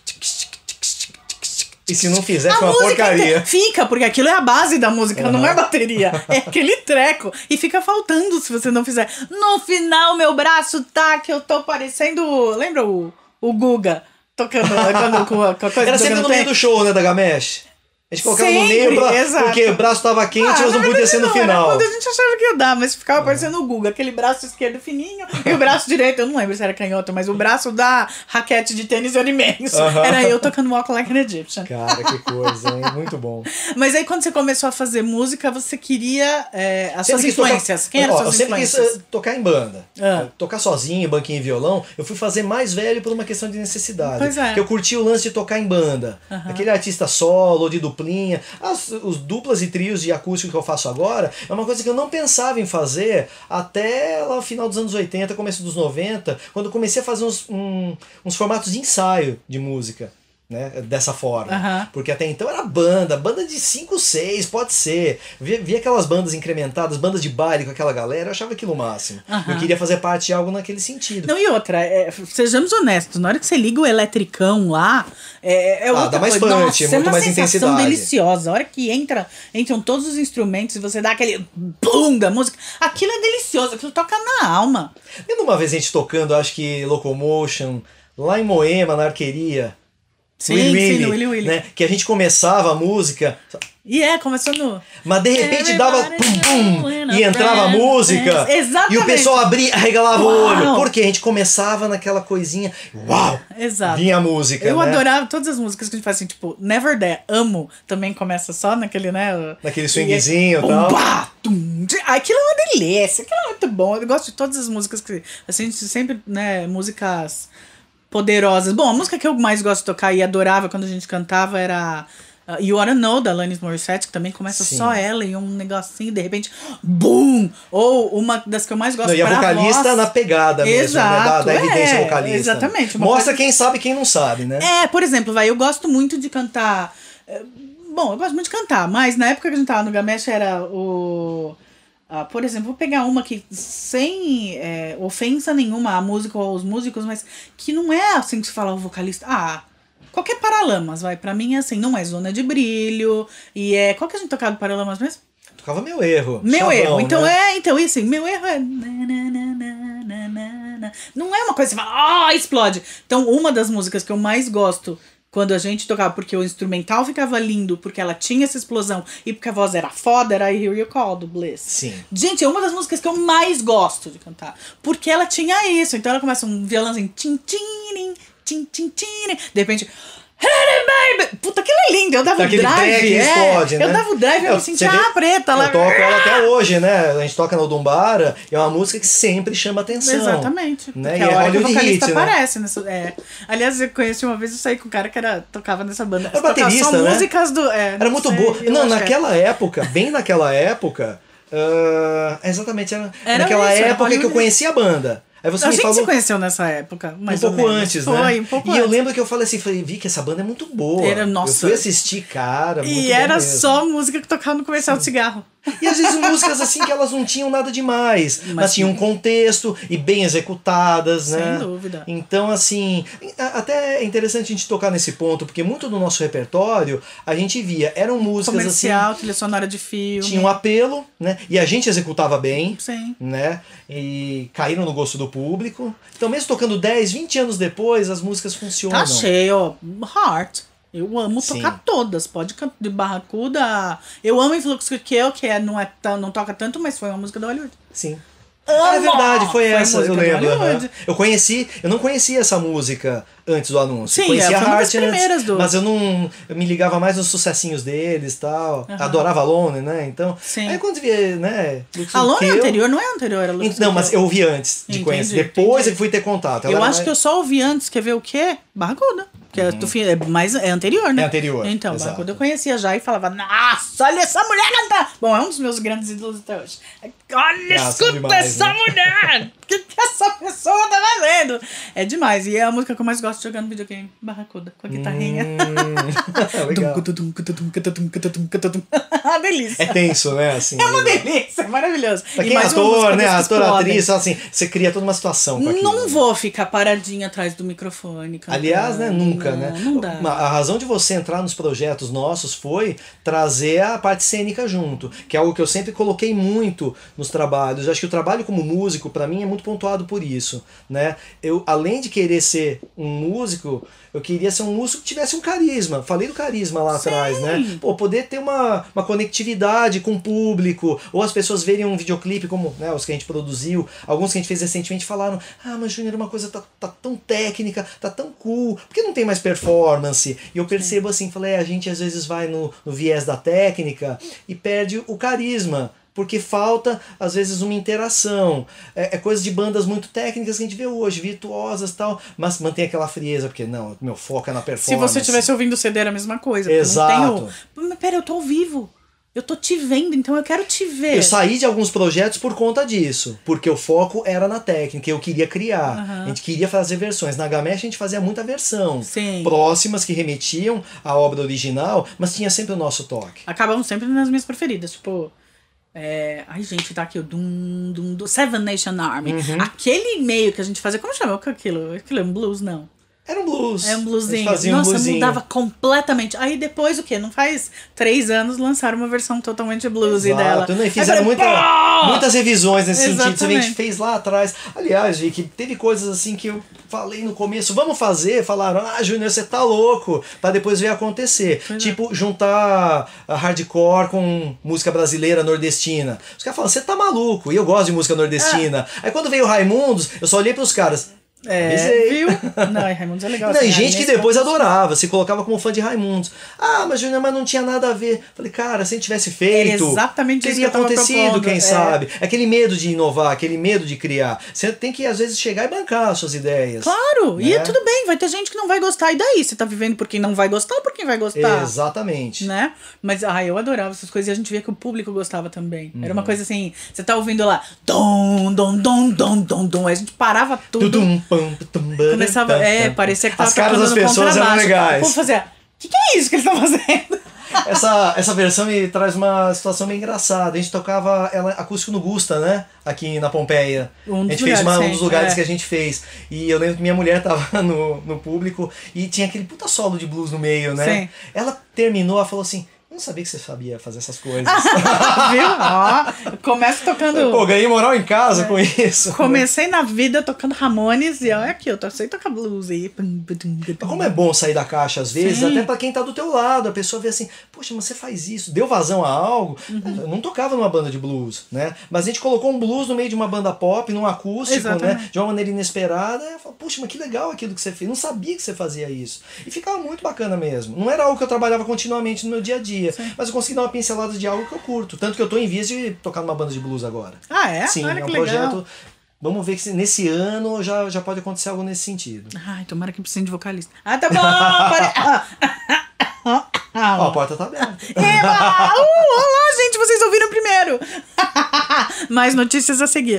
E se não fizer, a foi uma porcaria. Inteira. Fica, porque aquilo é a base da música, uhum. Não é bateria. É aquele treco. E fica faltando se você não fizer. No final, meu braço tá que eu tô parecendo... Lembra o, o Guga tocando quando, com, a, com a coisa? Era sempre no meio do show, né, da Gamesh? A gente colocava Sempre, no meio pra, exato. porque o braço tava quente, ah, mas não podia ser no não, final. Era quando a gente achava que ia dar, mas ficava parecendo o Guga, aquele braço esquerdo fininho e o braço direito, eu não lembro se era canhoto, mas o braço da raquete de tênis era imenso. Uh-huh. Era eu tocando Walk Like an Egyptian. Cara, que coisa, hein? Muito bom. Mas aí quando você começou a fazer música, você queria é, as suas influências. Tocar... Quem eram Ó, suas eu sempre influências? quis uh, tocar em banda. Ah. Tocar sozinho, banquinho e violão. Eu fui fazer mais velho por uma questão de necessidade. Pois é. Porque eu curti o lance de tocar em banda. Uh-huh. Aquele artista solo, de duplinha. As, os duplas e trios de acústico que eu faço agora é uma coisa que eu não pensava em fazer até lá no final dos anos oitenta, começo dos noventa, quando eu comecei a fazer uns, um, uns formatos de ensaio de música. Né, dessa forma, uh-huh. Porque até então era banda, banda de cinco, seis, pode ser. Via, via aquelas bandas incrementadas, bandas de baile com aquela galera, eu achava aquilo o máximo. Uh-huh. Eu queria fazer parte de algo naquele sentido. Não, e outra, é, sejamos honestos, na hora que você liga o eletricão lá, é, é outra ah, dá mais coisa. punch, Nossa, é muito é uma mais sensação intensidade. Deliciosa. A hora que entra, entram todos os instrumentos e você dá aquele boom da música, aquilo é delicioso, aquilo toca na alma. Lembra uma vez a gente tocando, acho que Locomotion, lá em Moema, na Arqueria? Sim, Willy sim, Willy, no Willy Willy. Né? Que a gente começava a música... E é, começou no... Mas de repente dava pum pum e entrava a música. Exatamente. E o pessoal abria, arregalava uau. O olho. Porque a gente começava naquela coisinha. Uau! Exato. Vinha a música. Eu né? adorava todas as músicas que a gente faz assim, tipo, Never There, amo. Também começa só naquele, né? Naquele swingzinho e tal. Pá, tum, aquilo é uma delícia, aquilo é muito bom. Eu gosto de todas as músicas que. Assim, a gente sempre, né, músicas poderosas. Bom, a música que eu mais gosto de tocar e adorava quando a gente cantava era uh, You Oughta Know, da Alanis Morissette, que também começa Sim. só ela e um negocinho, de repente, BUM! Ou uma das que eu mais gosto. Não, e a vocalista voz. Na pegada mesmo, Exato, né? Da, da evidência é, vocalista. Exatamente. Mostra coisa... quem sabe e quem não sabe, né? É, por exemplo, vai, eu gosto muito de cantar... Bom, eu gosto muito de cantar, mas na época que a gente tava no Gamesh era o... Uh, por exemplo, vou pegar uma que sem é, ofensa nenhuma à música ou aos músicos, mas que não é assim que se fala o vocalista. Ah, qualquer Paralamas, vai. Pra mim é assim, não é Zona de Brilho. E é. Qual que a gente tocava do Paralamas mesmo? Tocava Meu Erro. Meu Chavão, Erro. Então né? é, então isso assim, Meu Erro é. Não é uma coisa que você fala, ah, explode. Então, uma das músicas que eu mais gosto quando a gente tocava, porque o instrumental ficava lindo, porque ela tinha essa explosão e porque a voz era foda, era I Hear You Call, do Bliss. Sim. Gente, é uma das músicas que eu mais gosto de cantar, porque ela tinha isso. Então ela começa um violãozinho, tim, tim, tim, tim, tim, de repente... Hey, baby! Puta, aquilo é lindo. Eu dava o drive. Que é, explode, né? Eu dava o drive e eu me sentia vê, a preta lá. Eu toco ela até hoje, né? A gente toca no Dumbara e é uma música que sempre chama atenção. Exatamente. Né? Porque E a é hora que o vocalista hit, aparece né? nessa. É. Aliás, eu conheci uma vez, eu saí com um cara que era, tocava nessa banda. Era baterista, só né? músicas do. É, era muito sei, boa. Não, naquela é. época, bem naquela época. Uh, exatamente, era, era naquela isso, época era que eu conheci a banda. Aí você a me gente falou... se conheceu nessa época, mais um pouco ou menos. antes, Foi, né? Foi, um pouco e antes. eu lembro que eu falei assim, falei, vi que essa banda é muito boa. Era, nossa. Eu fui assistir, cara, muito E bom era mesmo. só música que tocava no comercial de cigarro. E às vezes músicas assim que elas não tinham nada demais, mas, mas tinham um contexto e bem executadas, sem né? Sem dúvida. Então, assim, até é interessante a gente tocar nesse ponto, porque muito do nosso repertório a gente via, eram músicas comercial, assim, trilha sonora de filme. Tinha um apelo, né? E a gente executava bem, Sim. né? E caíram no gosto do público. Então, mesmo tocando dez, vinte anos depois, as músicas funcionam. Tá cheio, ó. Heart. Eu amo Sim. tocar todas. Pode cantar de Barracuda. Eu amo Influx que eu, que é, não, é tão, não toca tanto, mas foi uma música da Hollywood. Sim. Amo! É verdade, foi, foi essa, eu lembro. Uhum. Eu conheci, eu não conhecia essa música antes do anúncio. Sim, conhecia é, foi a uma Heart das primeiras do... mas eu não eu me ligava mais nos sucessinhos deles e tal. Uhum. Adorava Alone, né? Então, Sim. aí quando via, né? Alone é anterior, não é anterior, era Lux Não, mas eu ouvi antes de entendi, conhecer. Depois entendi. é que fui ter contato. Ela eu acho mais... que eu só ouvi antes, quer ver o quê? Barracuda. Que uhum. é, é, mais, é anterior, né? É anterior. Então, exato. Barracuda eu conhecia já e falava, nossa, olha essa mulher cantar. Bom, é um dos meus grandes ídolos até hoje. Olha, Nossa, escuta demais, essa né? mulher! O que, que essa pessoa tá fazendo? É demais. E é a música que eu mais gosto de jogar no videogame. Barracuda, com a guitarrinha. Hum, legal. Uma delícia. É tenso, né? Assim, é uma delícia, é maravilhoso. Pra quem e é mais ator, né? Ator, explodem. atriz, assim, você cria toda uma situação com aquilo. Não vou ficar paradinha atrás do microfone. Cantando. Aliás, né? Nunca, não, né? Não dá. A razão de você entrar nos projetos nossos foi trazer a parte cênica junto, que é algo que eu sempre coloquei muito nos trabalhos. Eu acho que o trabalho como músico, pra mim, é muito pontuado por isso, né? Eu, além de querer ser um músico, eu queria ser um músico que tivesse um carisma. Falei do carisma lá Sim. atrás, né? Pô, poder ter uma, uma conectividade com o público, ou as pessoas verem um videoclipe como, né, os que a gente produziu, alguns que a gente fez recentemente falaram, ah, mas Júnior, uma coisa tá, tá tão técnica, tá tão cool, por que não tem mais performance? E eu percebo assim, falei, é, a gente às vezes vai no, no viés da técnica e perde o carisma. Porque falta, às vezes, uma interação. É, é coisa de bandas muito técnicas que a gente vê hoje, virtuosas e tal, mas mantém aquela frieza, porque não, meu foco é na performance. Se você estivesse ouvindo o C D era a mesma coisa. Exato. Não tenho... Mas pera, eu tô ao vivo. Eu tô te vendo, então eu quero te ver. Eu saí de alguns projetos por conta disso, porque o foco era na técnica, eu queria criar, uhum. a gente queria fazer versões. Na Gamesh a gente fazia muita versão, Sim. próximas que remetiam à obra original, mas tinha sempre o nosso toque. Acabam sempre nas minhas preferidas, tipo... É... Ai, gente, tá aqui o Dum Dum Dum Seven Nation Army. Uhum. Aquele meio que a gente fazia, como chamava aquilo? Aquilo é um blues, não? Era um blues. É um bluesinho. Nossa, um bluesinho. Mudava completamente. Aí depois o quê? Não faz três anos lançaram uma versão totalmente bluesy dela. Exato, né? Fizeram falei, muita, muitas revisões nesse Exatamente. sentido. Isso a gente fez lá atrás. Aliás, Vicky, teve coisas assim que eu falei no começo, vamos fazer. Falaram, ah, Júnior, você tá louco. Pra depois ver acontecer. Pois tipo, é. juntar hardcore com música brasileira nordestina. Os caras falam, você tá maluco. E eu gosto de música nordestina. É. Aí quando veio o Raimundos, eu só olhei pros caras. É, Avisei. viu? Não, Raimundos é legal. Não, assim, e gente que depois ponto... adorava, se colocava como fã de Raimundos. Ah, mas Júnior, mas não tinha nada a ver. Falei, cara, se a gente tivesse feito, é exatamente teria isso que acontecido, quem é. sabe. Aquele medo de inovar, aquele medo de criar. Você tem que, às vezes, chegar e bancar as suas ideias. Claro, né? E tudo bem, vai ter gente que não vai gostar. E daí? Você tá vivendo por quem não vai gostar ou por quem vai gostar? Exatamente. Né? Mas, ah, eu adorava essas coisas e a gente via que o público gostava também. Uhum. Era uma coisa assim, você tá ouvindo lá, dom, dom, dom, dom, dom, dom. Aí a gente parava tudo. Tudum, pam, tum, Começava, é, parecia que tava as caras das pessoas eram legais. O povo fazia, o que, que é isso que eles estão fazendo? Essa, essa versão me traz uma situação bem engraçada. A gente tocava ela acústico no Gusta, né? Aqui na Pompeia. Um a gente lugares, fez uma, um dos sim, lugares é. que a gente fez. E eu lembro que minha mulher tava no, no público e tinha aquele puta solo de blues no meio, né? Sim. Ela terminou, ela falou assim, não sabia que você sabia fazer essas coisas. Viu? Ó, começo tocando... Pô, ganhei moral em casa é. com isso. Comecei na vida tocando Ramones e olha aqui, eu tô, sei tocar blues aí. Como é bom sair da caixa às vezes, Sim. até pra quem tá do teu lado, a pessoa vê assim, poxa, mas você faz isso, deu vazão a algo. Uhum. Eu não tocava numa banda de blues, né? Mas a gente colocou um blues no meio de uma banda pop, num acústico, Exatamente. né? De uma maneira inesperada. Eu falo, poxa, mas que legal aquilo que você fez. Não sabia que você fazia isso. E ficava muito bacana mesmo. Não era algo que eu trabalhava continuamente no meu dia a dia, Sim. mas eu consegui dar uma pincelada de algo que eu curto. Tanto que eu tô em vias de tocar numa banda de blues agora. Ah, é? Sim, Olha é um que projeto... Legal. Vamos ver que nesse ano já, já pode acontecer algo nesse sentido. Ai, tomara que precise de vocalista. Ah, tá bom! Pare... Ah, ó, a porta tá aberta. Eba! Uh, olá, gente, vocês ouviram primeiro. Mais notícias a seguir.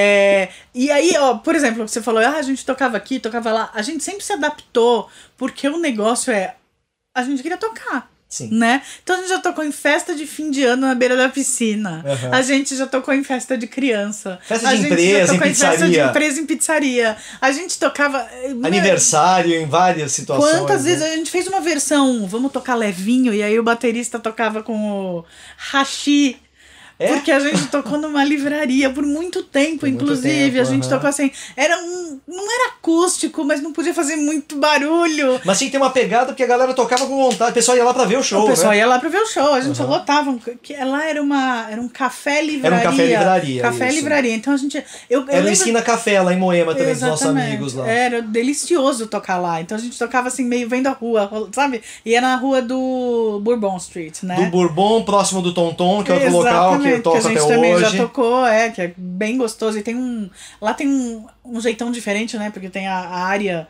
É, e aí, ó, por exemplo, você falou, ah, a gente tocava aqui, tocava lá. A gente sempre se adaptou, porque o negócio é, a gente queria tocar. Sim. Né? Então a gente já tocou em festa de fim de ano na beira da piscina. Uhum. A gente já tocou em festa de criança. Festa a de gente empresa, já em tocou em pizzaria. Festa de empresa em pizzaria. A gente tocava... Aniversário em várias situações. Quantas né? vezes a gente fez uma versão, vamos tocar levinho, e aí o baterista tocava com o hashi. É? Porque a gente tocou numa livraria por muito tempo, por inclusive. Muito tempo, a gente uhum. tocou assim. Era um, não era acústico, mas não podia fazer muito barulho. Mas tinha que ter uma pegada, porque a galera tocava com vontade. O pessoal ia lá pra ver o show. O pessoal né? ia lá pra ver o show. A gente uhum. lotava. Lá era, uma, era um café livraria. Era um café livraria. Café isso. livraria. Então a gente. Eu, eu era lembro... Esquina Café lá em Moema também, dos nossos amigos lá. Era delicioso tocar lá. Então a gente tocava assim, meio vendo a rua, sabe? E era na rua do Bourbon Street, né? Do Bourbon, próximo do Tonton, que é outro local que eu toco até hoje. Já tocou, é, que é bem gostoso. E tem um. Lá tem um, um jeitão diferente, né? Porque tem a, a área.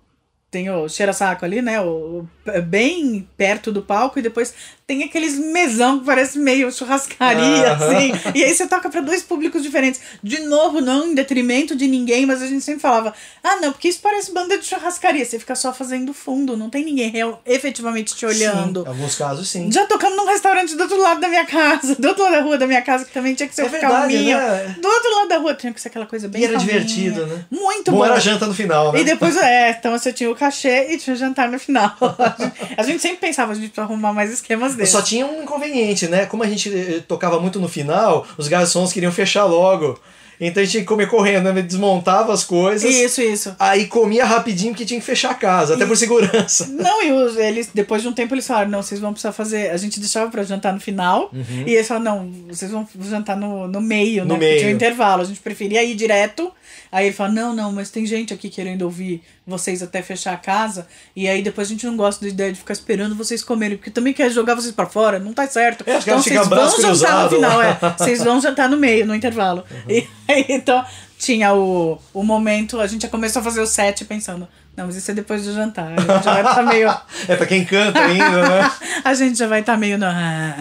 Tem o cheira-saco ali, né? O, bem perto do palco, e depois tem aqueles mesão que parece meio churrascaria, uh-huh. assim. E aí você toca pra dois públicos diferentes. De novo, não em detrimento de ninguém, mas a gente sempre falava: ah, não, porque isso parece banda de churrascaria. Você fica só fazendo fundo, não tem ninguém real, efetivamente te olhando. Sim, em alguns casos, sim. Já tocamos num restaurante do outro lado da minha casa, do outro lado da rua da minha casa, que também tinha que ser é um verdade, calminho. Né? Do outro lado da rua tinha que ser aquela coisa bem E era calminha. divertido, né? Muito bom. bom. Bom era janta no final, né? E depois, é, então você tinha o cachê e tinha o jantar no final. A gente, a gente sempre pensava, a gente precisa arrumar mais esquemas desses. Só tinha um inconveniente, né? Como a gente tocava muito no final, os garçons queriam fechar logo. Então a gente tinha que comer correndo, né? Desmontava as coisas. Isso, isso. Aí comia rapidinho porque tinha que fechar a casa, até e... por segurança. Não, e os, eles, depois de um tempo eles falaram, não, vocês vão precisar fazer... A gente deixava pra jantar no final, uhum. e eles falaram, não, vocês vão jantar no, no meio, no né? meio. Porque tinha um intervalo, a gente preferia ir direto. Aí ele fala, não, não, mas tem gente aqui querendo ouvir vocês até fechar a casa, e aí depois a gente não gosta da ideia de ficar esperando vocês comerem, porque também quer jogar vocês pra fora, não tá certo. É, então vocês vão jantar no final, é. Vocês vão jantar no meio, no intervalo. Uhum. E aí, então, tinha o, o momento, a gente já começou a fazer o set pensando, não, mas isso é depois do jantar, a gente já vai estar tá meio... É pra quem canta ainda, né? A gente já vai estar tá meio... No...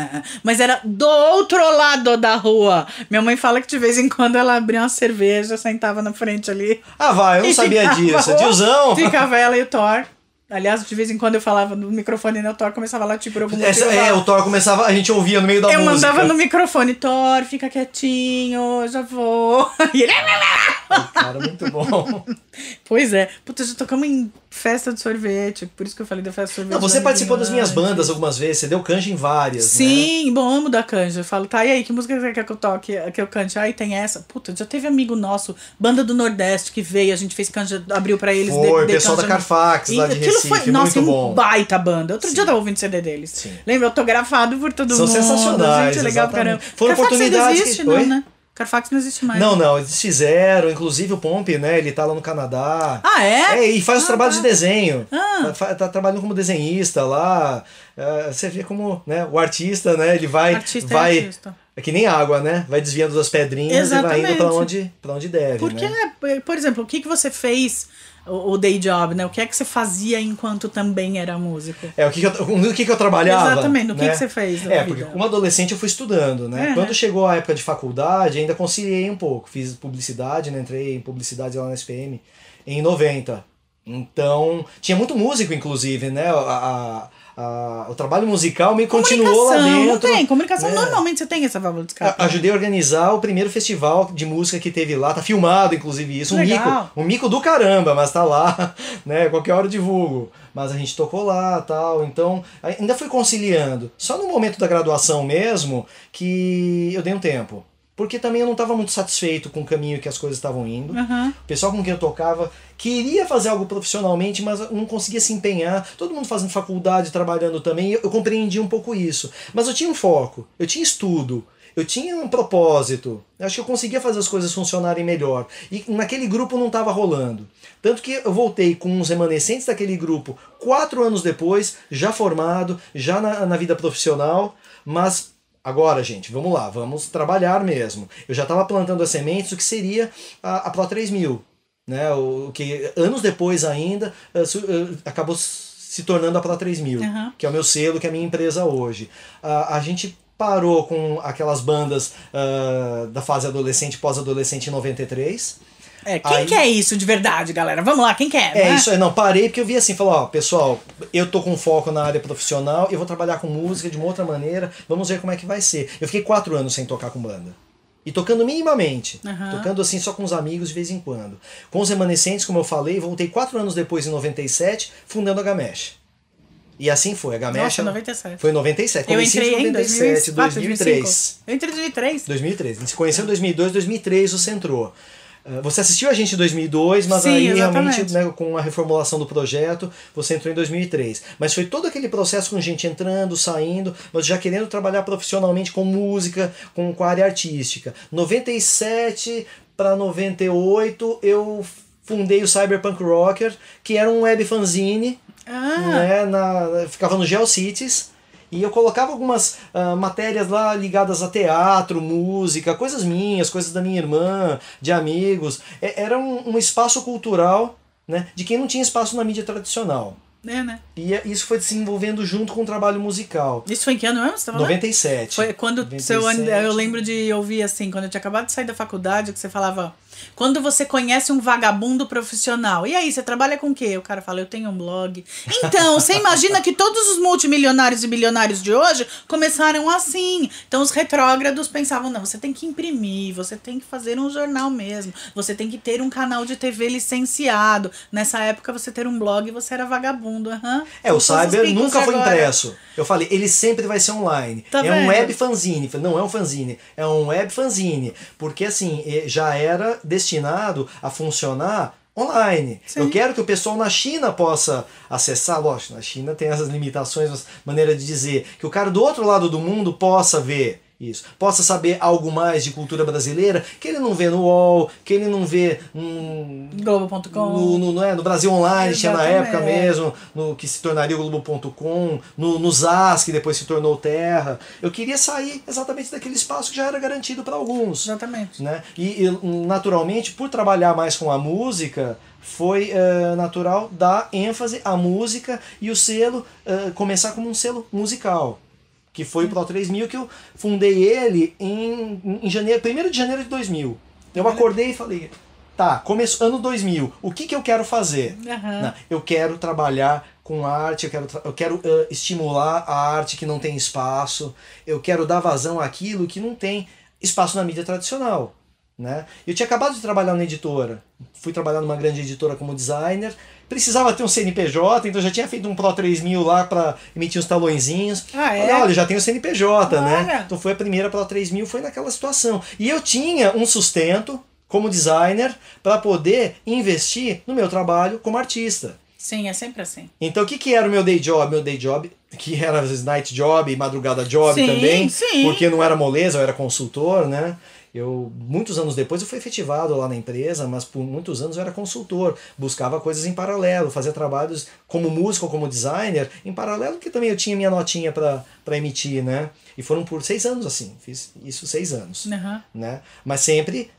Mas era do outro lado da rua. Minha mãe fala que de vez em quando ela abria uma cerveja, sentava na frente ali. Ah, vai, eu não sabia disso. Tiozão! Ficava ela e o Thor. Aliás, de vez em quando eu falava no microfone, né? O Thor começava a latir por algum motivo. Essa, é, o Thor começava, a gente ouvia no meio da eu música. Eu mandava no microfone, Thor, fica quietinho, já vou. E ele... Cara, muito bom. Pois é. Puta, já tocamos em festa de sorvete, por isso que eu falei da festa de sorvete. Não, você participou das minhas bandas algumas vezes, você deu canja em várias, Sim, né? bom, amo dar canja. Eu falo, tá, e aí, que música você quer que eu toque, que eu cante? Aí tem essa. Puta, já teve amigo nosso, Banda do Nordeste, que veio, a gente fez canja, abriu pra eles. Foi, o pessoal da Carfax, lá de Recife, foi, nossa, muito bom. Baita banda. Outro Sim. dia eu tava ouvindo o C D deles. Sim. Lembra? Autografado por todo São mundo. São sensacionais, gente, é legal, exatamente. Caramba. Foram Carfax oportunidades ainda existe, que... não, Oi? né? Carfax não existe mais. Não, não, eles fizeram, inclusive o Pompe, né, ele tá lá no Canadá. Ah, é? É, e faz ah, os trabalhos tá. de desenho. Ah. Tá, tá trabalhando como desenhista lá. Uh, você vê como, né, o artista, né, ele vai... Artista vai é artista. É que nem água, né? Vai desviando das pedrinhas Exatamente. E vai indo pra onde, pra onde deve, Porque, né? por exemplo, o que, que você fez, o, o day job, né? O que é que você fazia enquanto também era músico? É, o que, que, eu, no que, que eu trabalhava. Exatamente, no né? que, que você fez na É, vida? porque como adolescente eu fui estudando, né? É, Quando né? chegou a época de faculdade, ainda conciliei um pouco. Fiz publicidade, né? Entrei em publicidade lá na S P M em noventa. Então, tinha muito músico, inclusive, né? A, a, a, o trabalho musical meio continuou lá dentro. Não tem, comunicação né? Normalmente você tem essa válvula de escape. A, ajudei a organizar o primeiro festival de música que teve lá, tá filmado, inclusive, isso. Um Legal. mico, um mico do caramba, mas tá lá, né? Qualquer hora eu divulgo. Mas a gente tocou lá tal, então ainda fui conciliando. Só no momento da graduação mesmo que eu dei um tempo. Porque também eu não estava muito satisfeito com o caminho que as coisas estavam indo. Uhum. O pessoal com quem eu tocava queria fazer algo profissionalmente, mas não conseguia se empenhar. Todo mundo fazendo faculdade, trabalhando também. Eu, eu compreendi um pouco isso. Mas eu tinha um foco, eu tinha estudo, eu tinha um propósito. Eu acho que eu conseguia fazer as coisas funcionarem melhor. E naquele grupo não estava rolando. Tanto que eu voltei com os remanescentes daquele grupo quatro anos depois, já formado, já na, na vida profissional, mas... Agora, gente, vamos lá, vamos trabalhar mesmo. Eu já estava plantando as sementes do que seria a, a Pro três mil, né? O que anos depois ainda uh, su, uh, acabou se tornando a Pro três mil, uhum. que é o meu selo, que é a minha empresa hoje. Uh, a gente parou com aquelas bandas uh, da fase adolescente e pós-adolescente em noventa e três. É, quem Aí, quer isso de verdade, galera? Vamos lá, quem quer? É né? isso aí, não, parei porque eu vi assim, falou, ó, pessoal, eu tô com foco na área profissional, eu vou trabalhar com música de uma outra maneira, vamos ver como é que vai ser. Eu fiquei quatro anos sem tocar com banda. E tocando minimamente, uhum. tocando assim só com os amigos de vez em quando. Com os remanescentes, como eu falei, voltei quatro anos depois, em noventa e sete, fundando a Gamesh. E assim foi, a Gamesh... Nossa, noventa e sete. Foi em noventa e sete, eu entrei em noventa e sete, em dois mil e três. Eu entrei em dois mil e três. dois mil e três. A gente se conheceu em dois mil e dois, dois mil e três você entrou. Você assistiu a gente em dois mil e dois, mas Sim, aí exatamente. realmente, né, com a reformulação do projeto, você entrou em dois mil e três. Mas foi todo aquele processo com gente entrando, saindo, mas já querendo trabalhar profissionalmente com música, com, com a área artística. noventa e sete para noventa e oito eu fundei o Cyberpunk Rocker, que era um web fanzine, ah. né, na, ficava no GeoCities. E eu colocava algumas uh, matérias lá ligadas a teatro, música, coisas minhas, coisas da minha irmã, de amigos. É, era um, um espaço cultural, né, de quem não tinha espaço na mídia tradicional. É, né? E isso foi se envolvendo junto com o trabalho musical. Isso foi em que ano mesmo? Você tava noventa e sete. Foi quando noventa e seu, sete. eu lembro de ouvir assim, quando eu tinha acabado de sair da faculdade, que você falava... Quando você conhece um vagabundo profissional. E aí, você trabalha com o quê? O cara fala, eu tenho um blog. Então, você imagina que todos os multimilionários e bilionários de hoje começaram assim. Então, os retrógrados pensavam, não, você tem que imprimir, você tem que fazer um jornal mesmo, você tem que ter um canal de T V licenciado. Nessa época, você ter um blog, você era vagabundo. Uhum. É, o Cyber nunca foi agora. impresso. Eu falei, ele sempre vai ser online. Tá é vendo? um web fanzine. Não é um fanzine, é um web fanzine. Porque, assim, já era destinado a funcionar online. Sim. Eu quero que o pessoal na China possa acessar, lógico, na China tem essas limitações, maneira de dizer, que o cara do outro lado do mundo possa ver isso, possa saber algo mais de cultura brasileira que ele não vê no U O L, que ele não vê hum, Globo ponto com, no, no, no, é, no Brasil Online, tinha na época mesmo, no que se tornaria o Globo ponto com, no, no Zaz, que depois se tornou Terra. Eu queria sair exatamente daquele espaço que já era garantido para alguns. Exatamente. Né? E, e naturalmente, por trabalhar mais com a música, foi uh, natural dar ênfase à música e o selo uh, começar como um selo musical. Que foi o Pro três mil, que eu fundei ele em, em janeiro, primeiro de janeiro de dois mil. Eu acordei e falei, tá, começou ano dois mil, o que, que eu quero fazer? Uhum. Não, eu quero trabalhar com arte, eu quero, eu quero uh, estimular a arte que não tem espaço, eu quero dar vazão àquilo que não tem espaço na mídia tradicional. Né? Eu tinha acabado de trabalhar na editora, fui trabalhar numa grande editora como designer, precisava ter um C N P J, então eu já tinha feito um Pro três mil lá para emitir uns talõezinhos. Ah, é? Falei, olha, já tenho o C N P J, olha. né? Então foi a primeira Pro três mil, foi naquela situação. E eu tinha um sustento como designer para poder investir no meu trabalho como artista. Sim, é sempre assim. Então o que, que era o meu day job? Meu day job, que era night job e madrugada job sim, também, sim. porque não era moleza, eu era consultor, né? Eu, muitos anos depois eu fui efetivado lá na empresa, mas por muitos anos eu era consultor, buscava coisas em paralelo, fazia trabalhos como músico ou como designer em paralelo, porque também eu tinha minha notinha para emitir, né? E foram por seis anos assim, fiz isso seis anos, uhum. né? Mas sempre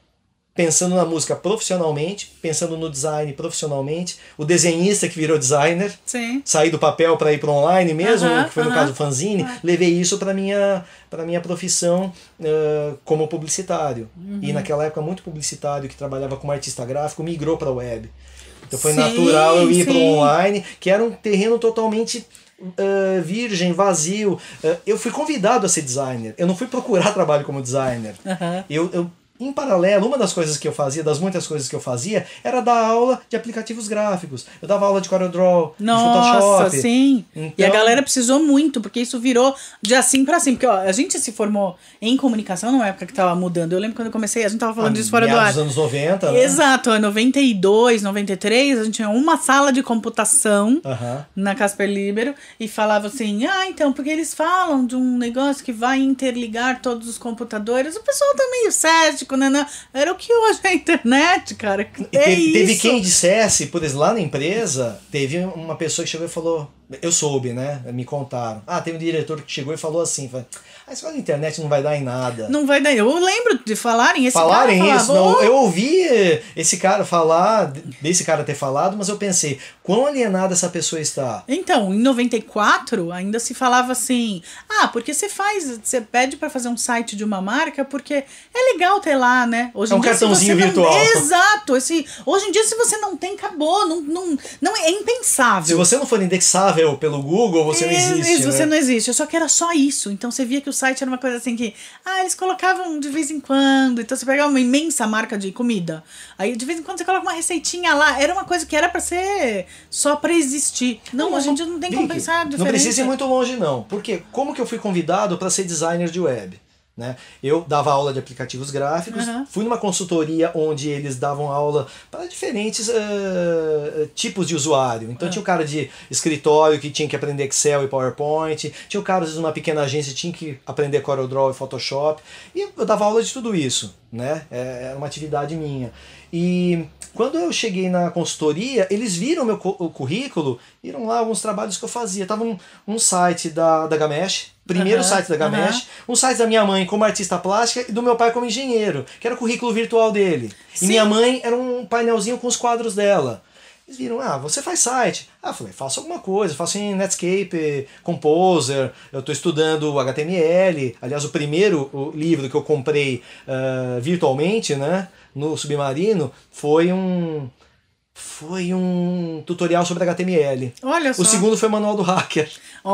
pensando na música profissionalmente, pensando no design profissionalmente, o desenhista que virou designer, Sim. saí do papel para ir para online mesmo, Uh-huh, que foi no uh-huh. caso do fanzine, uh-huh. levei isso para minha para minha profissão uh, como publicitário. Uhum. E naquela época muito publicitário que trabalhava como artista gráfico migrou para a web. Então foi sim, natural eu ir para o online, que era um terreno totalmente Uh, virgem, vazio. Uh, eu fui convidado a ser designer. Eu não fui procurar trabalho como designer. Uhum. Eu, eu, em paralelo, uma das coisas que eu fazia, das muitas coisas que eu fazia, era dar aula de aplicativos gráficos. Eu dava aula de CorelDRAW, Nossa, de Photoshop. Nossa, sim. Então... E a galera precisou muito, porque isso virou de assim pra assim. Porque ó, a gente se formou em comunicação numa época que tava mudando. Eu lembro quando eu comecei, a gente tava falando ah, disso fora do ar. Dos anos noventa, né? Exato, em noventa e dois, noventa e três, a gente tinha uma sala de computação uh-huh. na Casper Libero e falava assim, ah, então, porque eles falam de um negócio que vai interligar todos os computadores. O pessoal tá meio cético, né? Não, era o que hoje é a internet, cara. É teve, teve isso. quem dissesse, por exemplo, lá na empresa, teve uma pessoa que chegou e falou, eu soube, né? Me contaram. Ah, tem um diretor que chegou e falou assim, falou, a escola da internet não vai dar em nada. Não vai dar. Eu lembro de falarem esse falarem cara. isso. Falava, não, eu ouvi esse cara falar, desse cara ter falado, mas eu pensei, quão alienada essa pessoa está. Então, em noventa e quatro, ainda se falava assim, ah, porque você faz, você pede pra fazer um site de uma marca, porque é legal ter lá, né? Hoje é um em dia, cartãozinho não... virtual. Exato. Esse... Hoje em dia, se você não tem, acabou. Não, não, não é impensável. Se você não for indexável pelo Google, você é, não existe. Isso, né? Você não existe. Só que era só isso. Então você via que o site era uma coisa assim que, ah, eles colocavam de vez em quando. Então você pegava uma imensa marca de comida. Aí de vez em quando você coloca uma receitinha lá. Era uma coisa que era pra ser só pra existir. Não, não hoje em dia não tem como pensar diferente. Não precisa ir muito longe, não. Porque como que eu fui convidado para ser designer de web? Né? Eu dava aula de aplicativos gráficos, uhum. fui numa consultoria onde eles davam aula para diferentes uh, tipos de usuário. Então uhum. tinha o cara de escritório que tinha que aprender Excel e PowerPoint, tinha o cara de uma pequena agência que tinha que aprender CorelDRAW e Photoshop, e eu dava aula de tudo isso, né? Era uma atividade minha. E quando eu cheguei na consultoria, eles viram meu o currículo, viram lá alguns trabalhos que eu fazia. Tava um, um site da, da Gamesh, primeiro uhum, site da Gamesh, uhum. um site da minha mãe como artista plástica e do meu pai como engenheiro, que era o currículo virtual dele. Sim. E minha mãe era um painelzinho com os quadros dela. Eles viram, ah, você faz site. Ah, eu falei, faço alguma coisa, faço em Netscape, Composer, eu estou estudando H T M L. Aliás, o primeiro o livro que eu comprei uh, virtualmente, né, no Submarino, foi um... Foi um tutorial sobre H T M L. Olha só. O segundo foi o Manual do Hacker.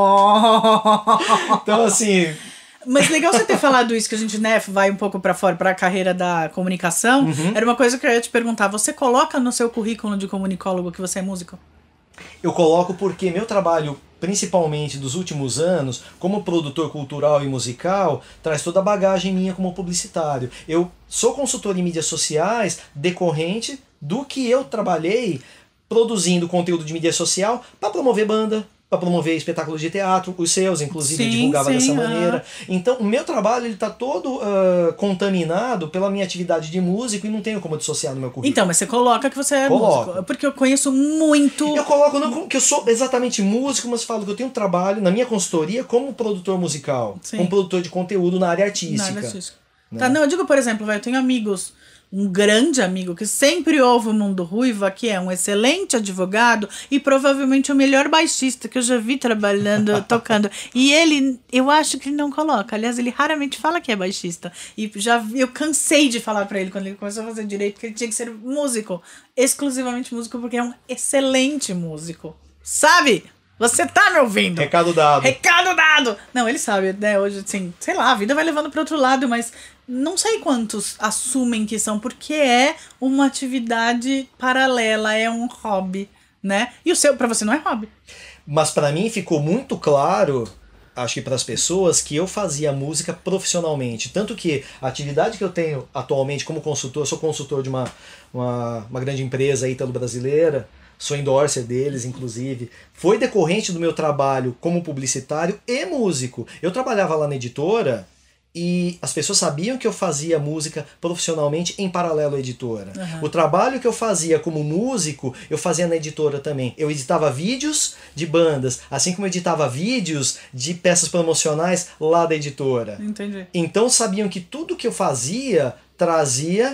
Oh. Então, assim... Mas legal você ter falado isso, que a gente, né, vai um pouco pra fora, pra carreira da comunicação. Uhum. Era uma coisa que eu ia te perguntar. Você coloca no seu currículo de comunicólogo que você é músico? Eu coloco porque meu trabalho, principalmente dos últimos anos, como produtor cultural e musical, traz toda a bagagem minha como publicitário. Eu sou consultor em mídias sociais decorrente do que eu trabalhei produzindo conteúdo de mídia social para promover banda, para promover espetáculos de teatro, os seus, inclusive, sim, eu divulgava sim, dessa uh-huh. maneira. Então, o meu trabalho está todo uh, contaminado pela minha atividade de músico e não tenho como dissociar no meu currículo. Então, mas você coloca que você é Coloco. músico. Porque eu conheço muito... Eu coloco não que eu sou exatamente músico, mas falo que eu tenho trabalho na minha consultoria como produtor musical, sim. como produtor de conteúdo na área artística. Na área artística. Né? Tá, não, eu digo, por exemplo, eu tenho amigos... Um grande amigo que sempre ouve o Mundo Ruiva, que é um excelente advogado e provavelmente o melhor baixista que eu já vi trabalhando, tocando. E ele, eu acho que ele não coloca. Aliás, ele raramente fala que é baixista. E já eu cansei de falar pra ele quando ele começou a fazer direito que ele tinha que ser músico. Exclusivamente músico, porque é um excelente músico. Sabe? Você tá me ouvindo? Recado dado. Recado dado! Não, ele sabe, né? Hoje, assim, sei lá, a vida vai levando pro outro lado, mas não sei quantos assumem que são, porque é uma atividade paralela, é um hobby, né? E o seu, pra você, não é hobby. Mas pra mim ficou muito claro, acho que para as pessoas, que eu fazia música profissionalmente. Tanto que a atividade que eu tenho atualmente como consultor, eu sou consultor de uma, uma, uma grande empresa ítalo-brasileira, sou endorser deles, inclusive, foi decorrente do meu trabalho como publicitário e músico. Eu trabalhava lá na editora e as pessoas sabiam que eu fazia música profissionalmente em paralelo à editora. Uhum. O trabalho que eu fazia como músico, eu fazia na editora também. Eu editava vídeos de bandas, assim como eu editava vídeos de peças promocionais lá da editora. Entendi. Então sabiam que tudo que eu fazia trazia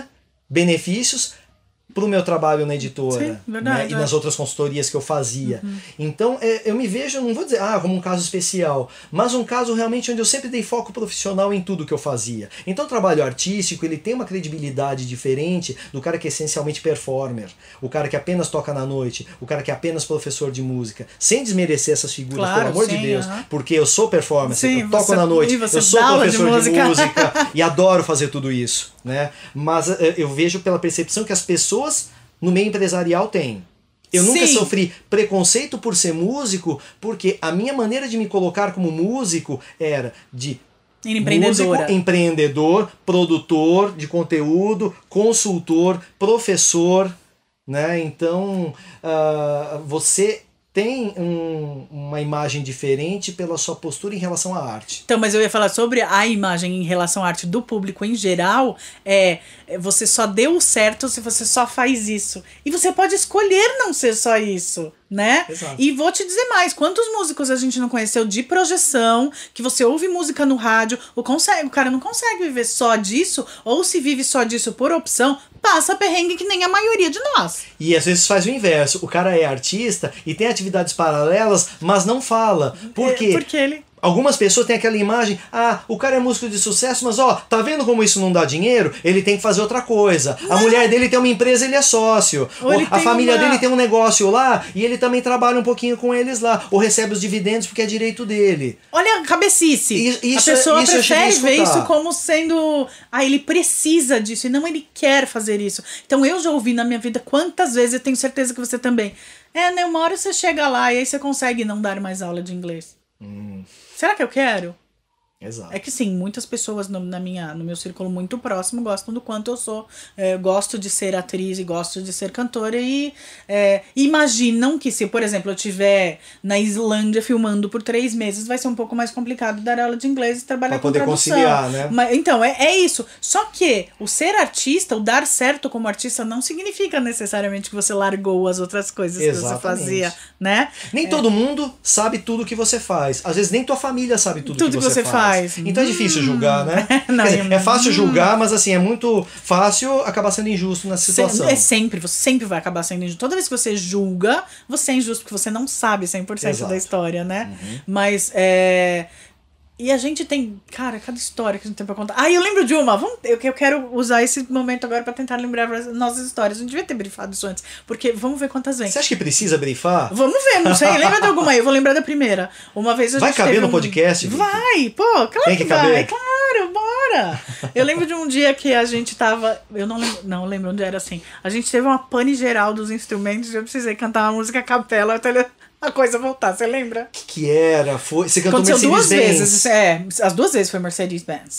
benefícios pro meu trabalho na editora. Sim, verdade, né? E é. nas outras consultorias que eu fazia. Uhum. Então, é, eu me vejo, não vou dizer, ah, como um caso especial, mas um caso realmente onde eu sempre dei foco profissional em tudo que eu fazia. Então, o trabalho artístico, ele tem uma credibilidade diferente do cara que é essencialmente performer, o cara que apenas toca na noite, o cara que é apenas professor de música, sem desmerecer essas figuras, Claro, pelo amor sim, de Deus, uh-huh. porque eu sou performer, Sim, eu toco você- na noite, e você eu sou dá aula de professor de música, música. e adoro fazer tudo isso, né? Mas eh, eu vejo pela percepção que as pessoas no meio empresarial têm. Eu nunca Sim. sofri preconceito por ser músico, porque a minha maneira de me colocar como músico era de Empreendedora. músico, empreendedor, produtor de conteúdo, consultor, professor, né? Então, ah, você tem um- uma imagem diferente pela sua postura em relação à arte. Então, mas eu ia falar sobre a imagem em relação à arte do público em geral. É, é, você só deu certo se você só faz isso. E você pode escolher não ser só isso, né? Exato. E vou te dizer mais, quantos músicos a gente não conheceu de projeção, que você ouve música no rádio, o, consegue, o cara não consegue viver só disso, ou se vive só disso por opção, passa perrengue que nem a maioria de nós. E às vezes faz o inverso. O cara é artista e tem atividades paralelas, mas não fala. Por É, quê? porque ele... Algumas pessoas têm aquela imagem, ah, o cara é músico de sucesso, mas ó, tá vendo como isso não dá dinheiro? Ele tem que fazer outra coisa. A mulher dele tem uma empresa, ele é sócio. Ou Ou ele a tem família uma- dele tem um negócio lá e ele também trabalha um pouquinho com eles lá. Ou recebe os dividendos porque é direito dele. Olha a cabecice. I- isso a é- pessoa isso eu cheguei a prefere ver escutar. isso como sendo... Ah, ele precisa disso. E não, ele quer fazer isso. Então, eu já ouvi na minha vida quantas vezes, eu tenho certeza que você também. É, né? Uma hora você chega lá e aí você consegue não dar mais aula de inglês. Hum, Será que eu quero? exato. É que sim, muitas pessoas no, na minha, no meu círculo muito próximo gostam do quanto eu sou. É, gosto de ser atriz e gosto de ser cantora. E é, imaginam que se, por exemplo, eu estiver na Islândia filmando por três meses, vai ser um pouco mais complicado dar aula de inglês e trabalhar Pra com poder tradução. conciliar, né? Mas, então, é, é isso. Só que o ser artista, o dar certo como artista, não significa necessariamente que você largou as outras coisas que você Exatamente. fazia, né? Nem todo mundo sabe tudo que você faz. Às vezes nem tua família sabe tudo, Tudo que que você, você faz. faz. Então é difícil julgar, né? Não, Quer dizer, eu- é fácil julgar, mas assim, é muito fácil acabar sendo injusto nessa situação. É sempre, você sempre vai acabar sendo injusto. Toda vez que você julga, você é injusto, porque você não sabe cem por cento Exato. da história, né? Uhum. Mas é. E a gente tem, cara, cada história que a gente tem pra contar. Ah, eu lembro de uma. Vamos, eu, eu quero usar esse momento agora pra tentar lembrar as nossas histórias. A gente devia ter brifado isso antes, porque vamos ver quantas vem. Você acha que precisa brifar? Vamos ver, não sei. Lembra de alguma aí? Eu vou lembrar da primeira. Uma vez a Vai gente caber teve no um- podcast, Vicky? Vai, pô, claro Tem que, que vai. caber? Claro, bora. Eu lembro de um dia que a gente tava. Eu não lembro. Não lembro onde era assim. A gente teve uma pane geral dos instrumentos e eu precisei cantar uma música a capela até ele- a coisa voltar. Você lembra? O que, que era? Foi... Você cantou Aconteceu duas Mercedes-Benz? vezes. É, as duas vezes foi Mercedes-Benz.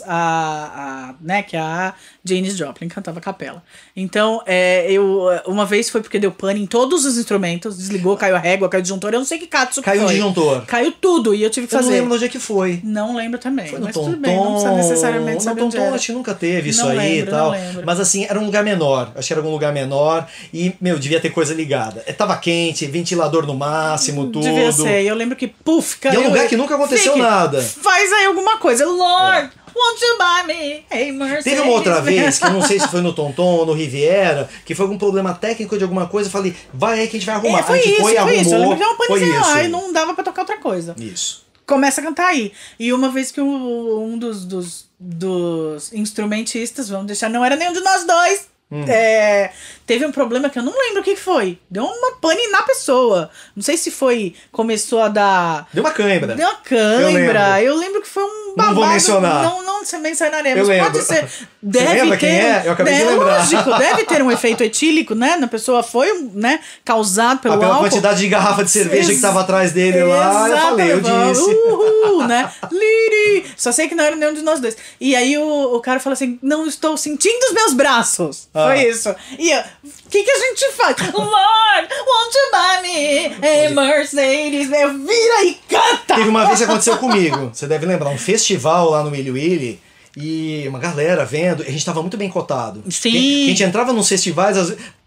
A, a, né, que a Janis Joplin cantava a capela. Então, é, eu, uma vez foi porque deu pane em todos os instrumentos. Desligou, caiu a régua, caiu o disjuntor. Eu não sei que katsu que Caiu o foi. disjuntor. Caiu tudo e eu tive que Eu não fazer. lembro onde é que foi. Não lembro também. Foi no mas Tom tudo bem, não precisa necessariamente No saber Tom onde Tom era. a gente nunca teve isso Não aí lembro, e tal. não lembro. Mas assim, era um lugar menor. Acho que era algum lugar menor. E, meu, devia ter coisa ligada. É, tava quente, ventilador no máximo, tudo. Devia ser. Eu lembro que, puf, E é um caiu. lugar que nunca aconteceu Fique, nada. Faz aí alguma coisa. Lord, won't you buy me a Mercedes? Teve uma outra vez, que eu não sei se foi no Tonton ou no Riviera, que foi algum problema técnico de alguma coisa. Eu falei, vai aí que a gente vai arrumar. É, foi a gente isso, foi e foi arrumou. isso. Eu lembro que deu uma Foi panezinha lá isso. e não dava pra tocar outra coisa. Isso. Começa a cantar aí. E uma vez que o- um dos, dos, dos instrumentistas, vamos deixar, não era nenhum de nós dois. Hum. É, teve um problema que eu não lembro o que que foi. Deu uma pane na pessoa. Não sei se foi. Começou a dar. Deu uma cãibra. Deu uma cãibra. Eu Eu lembro que foi um Não babado. vou mencionar. Não, não mencionaremos. Eu lembro. Pode ser. Você Deve lembra ter. quem é? Eu acabei de é, lembrar. Lógico, deve ter um efeito etílico, né? Na pessoa foi, né? Causado pelo Ah, pela álcool. quantidade de garrafa de cerveja Ex- que tava atrás dele lá, eu falei, eu Exatamente. disse. Uhul, né? Liri! Só sei que não era nenhum de nós dois. E aí o, o cara falou assim: não estou sentindo os meus braços. Ah. Foi isso. E eu, o que, que a gente faz? Lord, won't you buy me a Mercedes? Eu vira e canta! Teve uma vez que aconteceu comigo, você deve lembrar, um festival lá no Willy Willy. E uma galera vendo, a gente tava muito bem cotado. Sim. A gente entrava nos festivais, às vezes,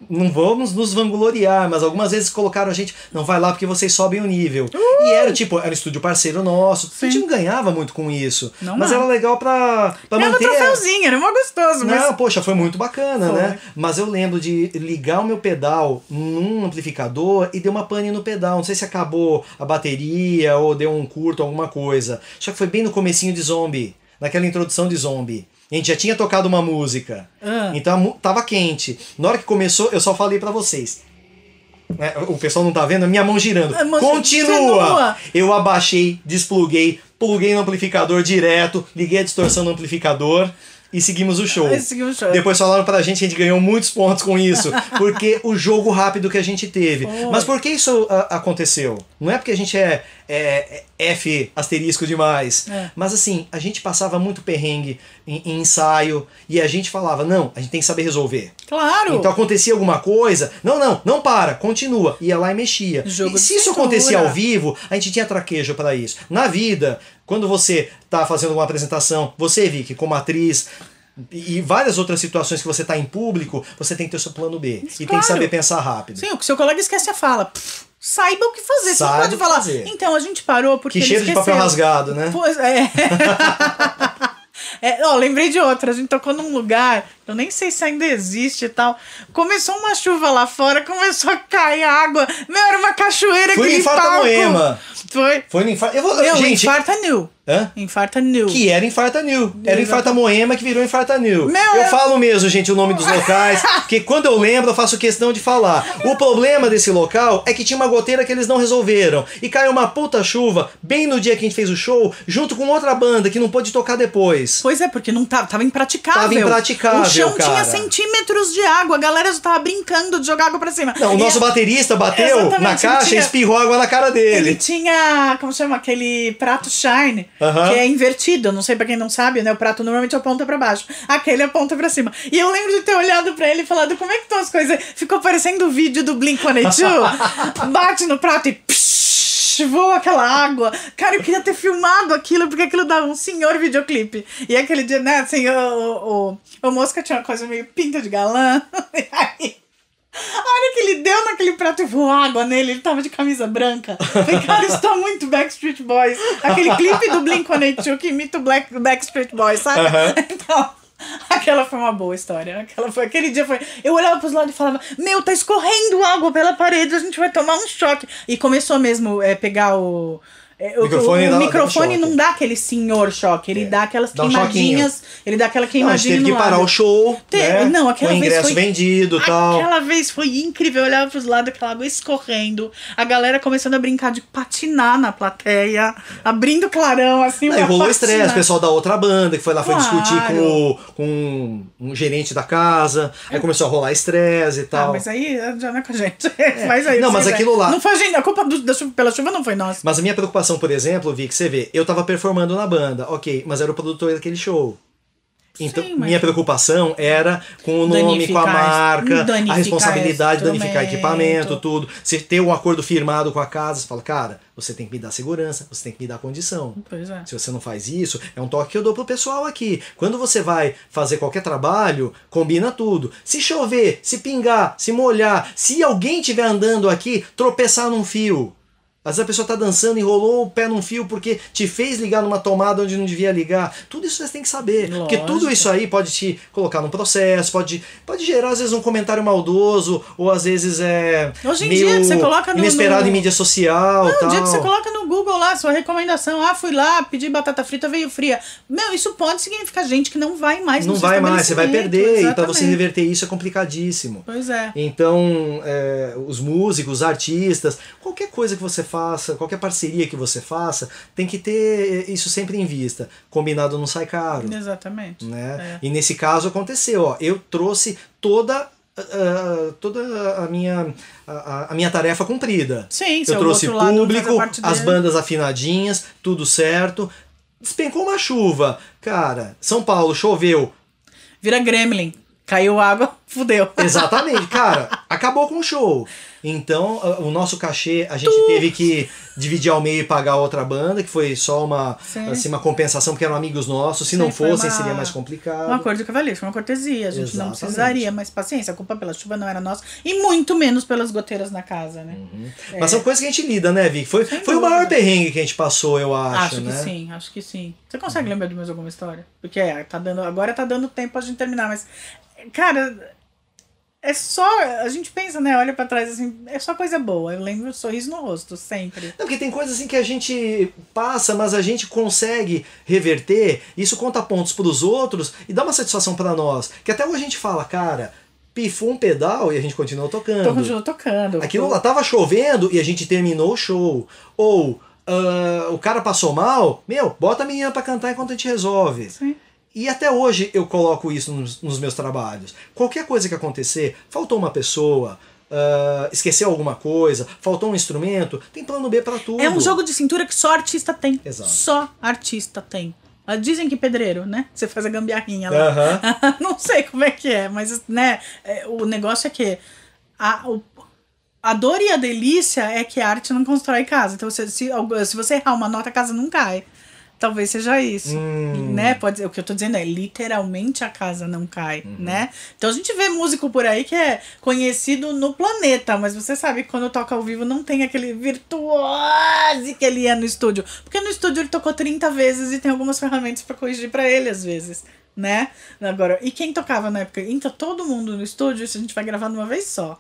não vamos nos vangloriar, mas algumas vezes colocaram a gente, não vai lá porque vocês sobem o nível. Uh! E era tipo, era um estúdio parceiro nosso, Sim. a gente não ganhava muito com isso, não mas não. Era legal pra, pra era manter... Era um troféuzinho, era mó gostoso. Não, mas... poxa, foi muito bacana, foi. né? Mas eu lembro de ligar o meu pedal num amplificador e deu uma pane no pedal, não sei se acabou a bateria ou deu um curto, alguma coisa. Só que foi bem no comecinho de Zombie, naquela introdução de Zombie. A gente já tinha tocado uma música, ah. então tava quente. Na hora que começou, eu só falei pra vocês. Né? O pessoal não tá vendo, a minha mão girando. Continua. continua! Eu abaixei, despluguei, pluguei no amplificador direto, liguei a distorção no amplificador e seguimos o show. Seguimos o show. Depois falaram pra gente que a gente ganhou muitos pontos com isso, porque o jogo rápido que a gente teve. Oh. Mas por que isso a, aconteceu? Não é porque a gente é, é, é F asterisco demais, é. Mas assim, a gente passava muito perrengue em, em ensaio e a gente falava, não, a gente tem que saber resolver. Claro! Então acontecia alguma coisa, não, não, não para, continua. Ia lá e mexia. Jogo e se isso acontecia ao vivo, a gente tinha traquejo para isso. Na vida, quando você tá fazendo uma apresentação, você, Vicky, como atriz, e várias outras situações que você tá em público, você tem que ter o seu plano B. Isso, e claro. Tem que saber pensar rápido. Sim, o seu colega esquece a fala. Pff, saiba o que fazer. Você não pode falar. Fazer. Então, a gente parou porque. Que cheiro esqueceu. de papel rasgado, né? Pois é. É, ó, lembrei de outra, a gente tocou num lugar, eu nem sei se ainda existe e tal. Começou uma chuva lá fora, começou a cair água. Meu, era uma cachoeira aqui. Foi no Infarta Moema. Foi. Foi no Infarta. Eu vou... Meu, gente... Infarta New. Hã? Infarta New. Que era Infarta New. Era Infarta Moema que virou Infarta New. Meu, eu eu... falo mesmo, gente, o nome dos locais, porque quando eu lembro eu faço questão de falar. O problema desse local é que tinha uma goteira que eles não resolveram. E caiu uma puta chuva bem no dia que a gente fez o show, junto com outra banda que não pôde tocar depois. Pois é, porque não tava, tava impraticável. Tava impraticável, o chão cara. tinha centímetros de água, a galera já tava brincando de jogar água pra cima. Não, o e nosso é... baterista bateu Exatamente, na caixa tinha... e espirrou água na cara dele. Ele tinha, como chama, aquele prato shine, uh-huh. que é invertido. Não sei pra quem não sabe, né? O prato normalmente aponta pra baixo. Aquele aponta pra cima. E eu lembro de ter olhado pra ele e falado, como é que estão as coisas? Ficou parecendo o vídeo do Blink one eighty-two. Bate no prato e psh, voa aquela água. Cara, eu queria ter filmado aquilo, porque aquilo dava um senhor videoclipe. E aquele dia, né, assim, o, o, o Mosca tinha uma coisa meio pinta de galã. E aí... A hora que ele deu naquele prato e voou água nele, ele tava de camisa branca. Falei, cara, isso tá muito Backstreet Boys. Aquele clipe do Blink one eighty-two que imita o Black, Backstreet Boys, sabe? Uhum. Então, aquela foi uma boa história. Aquela foi, aquele dia foi... Eu olhava pros lados e falava, meu, tá escorrendo água pela parede, a gente vai tomar um choque. E começou mesmo a é, pegar o... É, o microfone, o, o dá, microfone dá um não dá aquele senhor choque, ele é. dá aquelas dá queimadinhas, um ele dá aquela queimadinha não, a gente teve no que parar lado. o show, Te, né? Não, aquela o vez ingresso foi, vendido e tal. Aquela vez foi incrível, eu olhava pros lados, aquela água escorrendo, a galera começando a brincar de patinar na plateia, abrindo clarão, assim, não, e rolou estresse, o pessoal da outra banda que foi lá, foi claro. discutir com, o, com um gerente da casa, aí começou a rolar estresse e tal. Ah, mas aí já não é com a gente. É. Mas aí, não, mas aquilo lá... Não foi a gente, a culpa do, da chuva, pela chuva não foi nossa. Mas a minha preocupação, por exemplo, Vi, que você vê, eu tava performando na banda, ok, mas era o produtor daquele show. Então, Sim, minha preocupação era com o nome, com a marca, a responsabilidade de danificar equipamento, tudo. Você ter um acordo firmado com a casa, você fala, cara, você tem que me dar segurança, você tem que me dar condição. Pois é. Se você não faz isso, é um toque que eu dou pro pessoal aqui. Quando você vai fazer qualquer trabalho, combina tudo. Se chover, se pingar, se molhar, se alguém estiver andando aqui, tropeçar num fio. Às vezes a pessoa tá dançando, enrolou o pé num fio porque te fez ligar numa tomada onde não devia ligar. Tudo isso você tem que saber. Lógico. Porque tudo isso aí pode te colocar num processo, pode, pode gerar às vezes um comentário maldoso, ou às vezes é Hoje em meio dia, que você coloca no, inesperado no... em mídia social. Não, tal. o dia que você coloca no Google lá, sua recomendação, ah, fui lá, pedi batata frita, veio fria. Meu, isso pode significar gente que não vai mais no Não vai mais, você vai perder. Exatamente. E pra você reverter isso é complicadíssimo. Pois é. Então, é, os músicos, os artistas, qualquer coisa que você faça, qualquer parceria que você faça, tem que ter isso sempre em vista. Combinado não sai caro. Exatamente. Né? É. E nesse caso aconteceu, ó, eu trouxe toda Uh, toda a minha, a, a minha tarefa cumprida. Sim, eu trouxe lado, público, as bandas afinadinhas, tudo certo. Despencou uma chuva. Cara, São Paulo, choveu. Vira Gremlin. Caiu água. fudeu. Exatamente, cara, acabou com o show. Então, o nosso cachê, a gente tu... teve que dividir ao meio e pagar a outra banda, que foi só uma, assim, uma compensação, porque eram amigos nossos. Se Sim, não fossem, uma... seria mais complicado. Um acordo de cavalheiro, foi uma cortesia. A gente Exatamente. Não precisaria, mas paciência, a culpa pela chuva não era nossa. E muito menos pelas goteiras na casa, né? Uhum. É... Mas são coisas que a gente lida, né, Vic? Foi, foi o maior perrengue que a gente passou, eu acho, acho né? Acho que sim, acho que sim. Você consegue uhum. lembrar de mais alguma história? Porque é, tá dando, agora tá dando tempo pra gente terminar, mas... Cara... É só, a gente pensa, né, olha pra trás assim, é só coisa boa, eu lembro o sorriso no rosto, sempre. Não, porque tem coisas assim que a gente passa, mas a gente consegue reverter, isso conta pontos pros outros e dá uma satisfação pra nós, que até hoje a gente fala, cara, pifou um pedal e a gente continuou tocando. Continuou tocando. Aquilo lá tava chovendo e a gente terminou o show. Ou uh, o cara passou mal, meu, bota a menina pra cantar enquanto a gente resolve. Sim. E até hoje eu coloco isso nos, nos meus trabalhos. Qualquer coisa que acontecer, faltou uma pessoa, uh, esqueceu alguma coisa, faltou um instrumento, tem plano B pra tudo. É um jogo de cintura que só artista tem. Exato. Só artista tem. Dizem que pedreiro, né? Você faz a gambiarrinha lá. Uhum. Não sei como é que é, mas né, o negócio é que a, o, a dor e a delícia é que a arte não constrói casa. Então, se, se, se você errar uma nota, a casa não cai. Talvez seja isso, hum. né? Pode, o que eu tô dizendo é, literalmente a casa não cai, uhum. né? Então a gente vê músico por aí que é conhecido no planeta, mas você sabe que quando toca ao vivo não tem aquele virtuose que ele é no estúdio. Porque no estúdio ele tocou trinta vezes e tem algumas ferramentas pra corrigir pra ele às vezes, né? Agora, e quem tocava na época? Então todo mundo no estúdio, isso a gente vai gravar de uma vez só.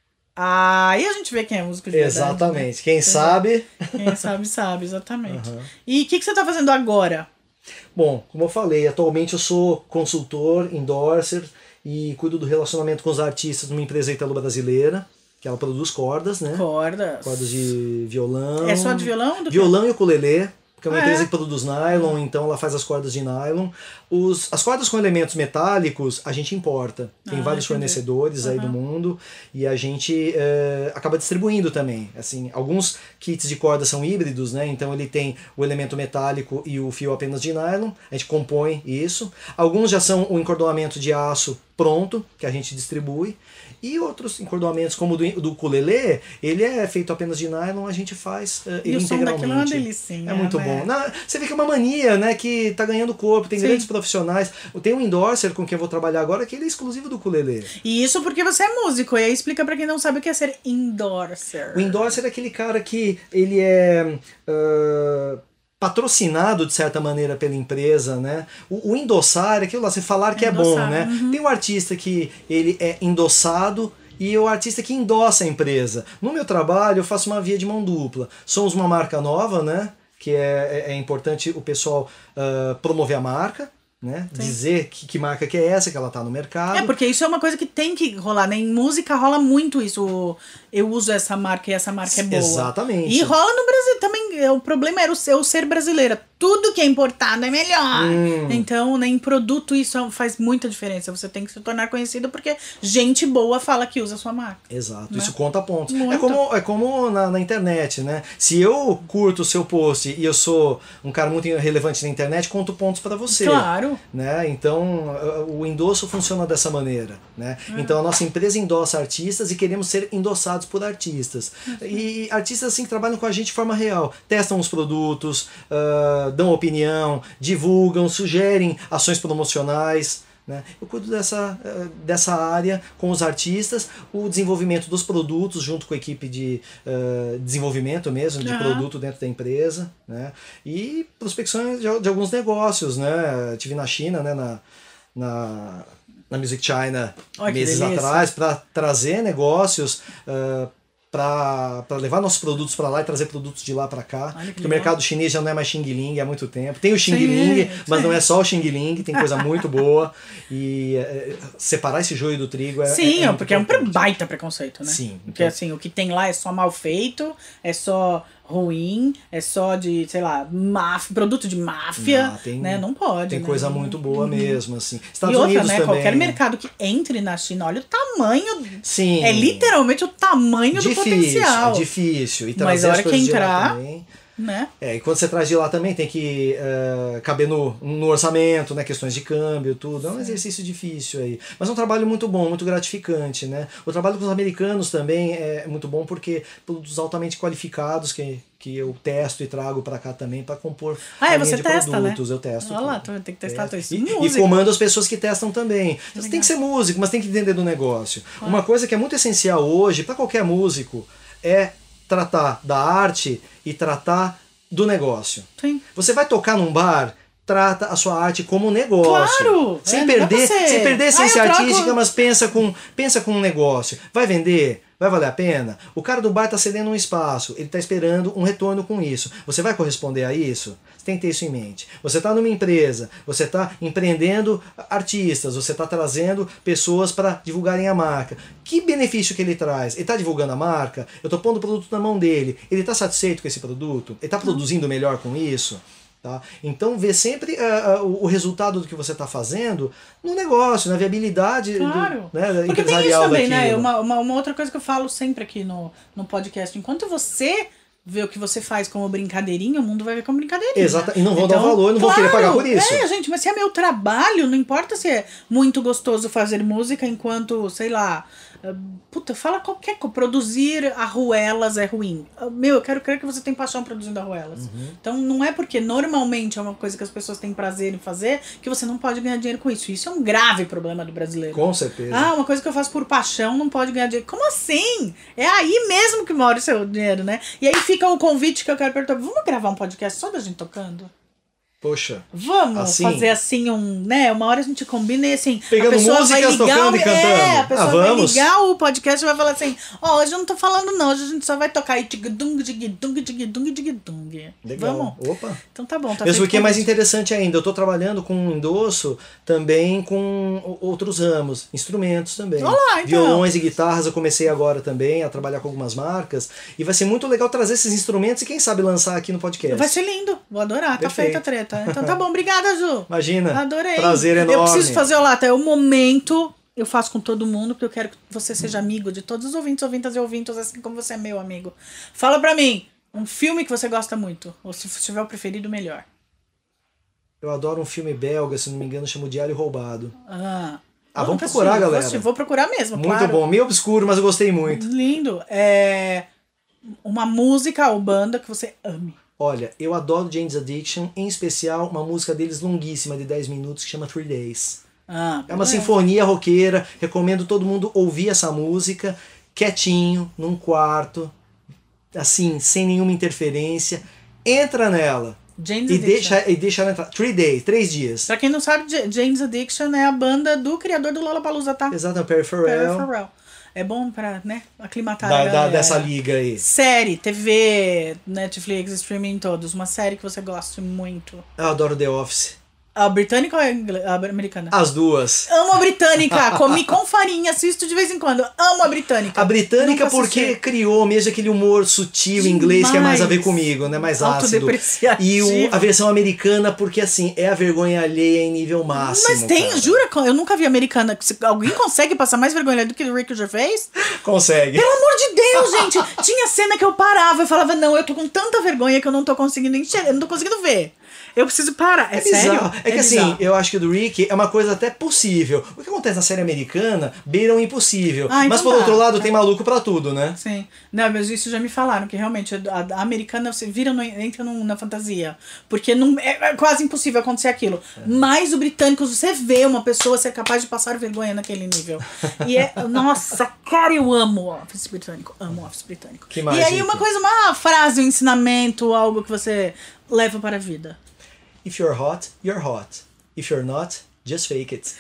Aí a gente vê quem é músico de verdade. Exatamente. Né? Quem sabe... Quem sabe, sabe, exatamente. Uhum. E o que, que você tá fazendo agora? Bom, como eu falei, atualmente eu sou consultor, endorser e cuido do relacionamento com os artistas numa empresa italo-brasileira, que ela produz cordas, né? Cordas. Cordas de violão. É só de violão? Do violão e ukulele. Porque é uma ah, empresa é? que produz nylon, então ela faz as cordas de nylon. Os, as cordas com elementos metálicos a gente importa. Tem ah, vários entendi. fornecedores uhum. aí do mundo e a gente é, acaba distribuindo também. Assim, alguns kits de corda são híbridos, né? Então ele tem o elemento metálico e o fio apenas de nylon. A gente compõe isso. Alguns já são o encordoamento de aço pronto, que a gente distribui. E outros encordoamentos, como o do, do ukulele, ele é feito apenas de nylon, a gente faz uh, ele e o integralmente. Som daquilo é uma delicinha, é muito né? bom. Na, você vê que é uma mania, né, que tá ganhando corpo, tem Sim. grandes profissionais. Tem um endorser com quem eu vou trabalhar agora, que ele é exclusivo do ukulele. E isso porque você é músico, e aí explica pra quem não sabe o que é ser endorser. O endorser é aquele cara que ele é... Uh, patrocinado de certa maneira pela empresa, né? O, o endossar é aquilo lá, você falar que endossar, é bom, né? Uhum. Tem o artista que ele é endossado e o artista que endossa a empresa. No meu trabalho eu faço uma via de mão dupla. Somos uma marca nova, né? Que é, é, é importante o pessoal uh, promover a marca, né? Dizer que, que marca que é essa, que ela tá no mercado. É, porque isso é uma coisa que tem que rolar, né? Em música rola muito isso. Eu uso essa marca e essa marca é boa. Exatamente. E rola no Brasil também. O problema era o ser, o ser brasileira. Tudo que é importado é melhor. Hum. Então, né, em produto isso faz muita diferença. Você tem que se tornar conhecido porque gente boa fala que usa a sua marca. Exato, né? Isso conta pontos. Muito. É como, é como na, na internet, né? Se eu curto o seu post e eu sou um cara muito relevante na internet, conto pontos para você. Claro. Né? Então, o endosso funciona dessa maneira. Né? Hum. Então, a nossa empresa endossa artistas e queremos ser endossados por artistas. Uhum. E artistas assim que trabalham com a gente de forma real. Testam os produtos, uh, dão opinião, divulgam, sugerem ações promocionais. Né? Eu cuido dessa, dessa área com os artistas, o desenvolvimento dos produtos junto com a equipe de uh, desenvolvimento mesmo, de uhum. produto dentro da empresa, né? E prospecções de, de alguns negócios. Né? Estive na China, né? na, na, na Music China Olha, meses atrás, para trazer negócios, uh, para levar nossos produtos para lá e trazer produtos de lá para cá. Porque o mercado chinês já não é mais Xing Ling há muito tempo. Tem o Xing Ling, mas sim. não é só o Xing Ling, tem coisa muito boa. E é, separar esse joio do trigo é Sim, é, é porque importante. É um baita preconceito, né? Sim. Porque então... assim, o que tem lá é só mal feito, é só ruim, é só de, sei lá, máfia, produto de máfia, não, tem, né? Não pode. Tem né? coisa muito boa uhum. mesmo, assim. Estados e outra, Unidos né? Também. Qualquer mercado que entre na China, olha o tamanho. Sim. É literalmente o tamanho difícil, do potencial. Difícil. E mas a hora que entrar. Também. né? É, e quando você traz de lá também tem que uh, caber no, no orçamento, né? Questões de câmbio, tudo. É um Sim. exercício difícil aí. Mas é um trabalho muito bom, muito gratificante, né? O trabalho com os americanos também é muito bom porque produtos altamente qualificados que, que eu testo e trago para cá também para compor ah, a é, linha você de testa, produtos. Né? Eu testo. Olha lá, tem que testar tudo isso. E, e comando as pessoas que testam também. Você tem que ser músico, mas tem que entender do negócio. Ah. Uma coisa que é muito essencial hoje para qualquer músico é tratar da arte e tratar do negócio. Sim. Você vai tocar num bar, trata a sua arte como negócio. Claro! Sem é, perder, sem perder a essência ah, artística, troco... mas pensa com, pensa com um negócio. Vai vender? Vai valer a pena? O cara do bar está cedendo um espaço, ele está esperando um retorno com isso. Você vai corresponder a isso? Você tem que ter isso em mente. Você está numa empresa, você está empreendendo artistas, você está trazendo pessoas para divulgarem a marca. Que benefício que ele traz? Ele está divulgando a marca? Eu estou pondo o produto na mão dele. Ele está satisfeito com esse produto? Ele está produzindo melhor com isso? Tá? Então vê sempre uh, uh, o resultado do que você está fazendo no negócio, na viabilidade claro. do, né, Porque empresarial tem isso também, daquilo. né? Uma, uma, uma outra coisa que eu falo sempre aqui no, no podcast, enquanto você vê o que você faz como brincadeirinha, o mundo vai ver como brincadeirinha. Exato, e não vão então, dar valor, não claro, vão querer pagar por isso. É, gente, mas se é meu trabalho, não importa se é muito gostoso fazer música enquanto, sei lá, puta, fala qualquer coisa, produzir arruelas é ruim. Meu, eu quero crer que você tem paixão produzindo arruelas. Uhum. Então não é porque normalmente é uma coisa que as pessoas têm prazer em fazer que você não pode ganhar dinheiro com isso. Isso é um grave problema do brasileiro. Com certeza. Ah, uma coisa que eu faço por paixão não pode ganhar dinheiro. Como assim? É aí mesmo que mora o seu dinheiro, né? E aí fica o convite que eu quero perguntar. Vamos gravar um podcast só da gente tocando? Poxa. Vamos assim? fazer assim um, né? Uma hora a gente combina e assim. Pegando a pessoa músicas, vai ligar tocando o, e cantando. É, a pessoa ah, vai vamos? ligar o podcast e vai falar assim: ó, oh, hoje eu não tô falando não, hoje a gente só vai tocar aí tig-dung, tig-dung, tig-dung, tig-dung. Legal. Vamos? Opa. Então tá bom. Tá Mesmo que é mais convite. interessante ainda, eu tô trabalhando com um endosso também com outros ramos, instrumentos também. Olá, então. Violões e guitarras eu comecei agora também a trabalhar com algumas marcas e vai ser muito legal trazer esses instrumentos e quem sabe lançar aqui no podcast. Vai ser lindo, vou adorar, Perfeito. Tá feita a treta. Então tá bom, obrigada, Ju. Imagina. Adorei. Prazer enorme. Eu preciso fazer, olá, até o momento, eu faço com todo mundo, porque eu quero que você seja amigo de todos os ouvintes, ouvintas e ouvintos, assim como você é meu amigo. Fala pra mim, um filme que você gosta muito, ou se tiver o preferido, melhor. Eu adoro um filme belga, se não me engano, chama O Diário Roubado. Ah, ah vamos procurar, assistir, galera. Vou, vou procurar mesmo, muito claro. bom, meio obscuro, mas eu gostei muito. Lindo. É uma música ou banda que você ame. Olha, eu adoro Jane's Addiction, em especial uma música deles longuíssima, de dez minutos, que chama Three Days. Ah, é uma é. sinfonia roqueira, recomendo todo mundo ouvir essa música, quietinho, num quarto, assim, sem nenhuma interferência. Entra nela Jane's e Addiction. deixa, e deixa ela entrar. Three Days, três dias. Pra quem não sabe, Jane's Addiction é a banda do criador do Lollapalooza, tá? Exato, Perry Farrell. Perry Farrell. É bom pra, né, aclimatar da, a da, dessa liga aí. Série, T V, Netflix, streaming todos. Uma série que você gosta muito. Eu adoro The Office. A britânica ou a, ingle... a americana? As duas. Amo a britânica. Comi com farinha, assisto de vez em quando. Amo a britânica. A britânica Nunca porque assisti. criou mesmo aquele humor sutil Demais. inglês que é mais a ver comigo, né? Mais ácido. E o, a versão americana porque assim, é a vergonha alheia em nível máximo. Mas tem, cara. jura? Eu nunca vi americana. Alguém consegue passar mais vergonha do que o Rick Gervais? Consegue. Pelo amor de Deus, gente. Tinha cena que eu parava e falava, não, eu tô com tanta vergonha que eu não tô conseguindo enxergar, eu não tô conseguindo ver. Eu preciso parar. É, é sério? Bizarro. É, é que bizarro. assim, eu acho que o do Rick é uma coisa até possível. O que acontece na série americana beira o impossível. Ah, então mas por dá. outro lado, tem maluco pra tudo, né? Sim. Não, mas isso já me falaram, que realmente a, a americana você vira no, entra no, na fantasia. Porque não, é, é quase impossível acontecer aquilo. É. Mas o britânico, você vê uma pessoa ser capaz de passar vergonha naquele nível. E é. Nossa, cara, eu amo o Office britânico. Amo o Office britânico. Que mais, e aí, Rick? uma coisa, uma frase, um ensinamento, algo que você leva para a vida. If you're hot, you're hot. If you're not, just fake it.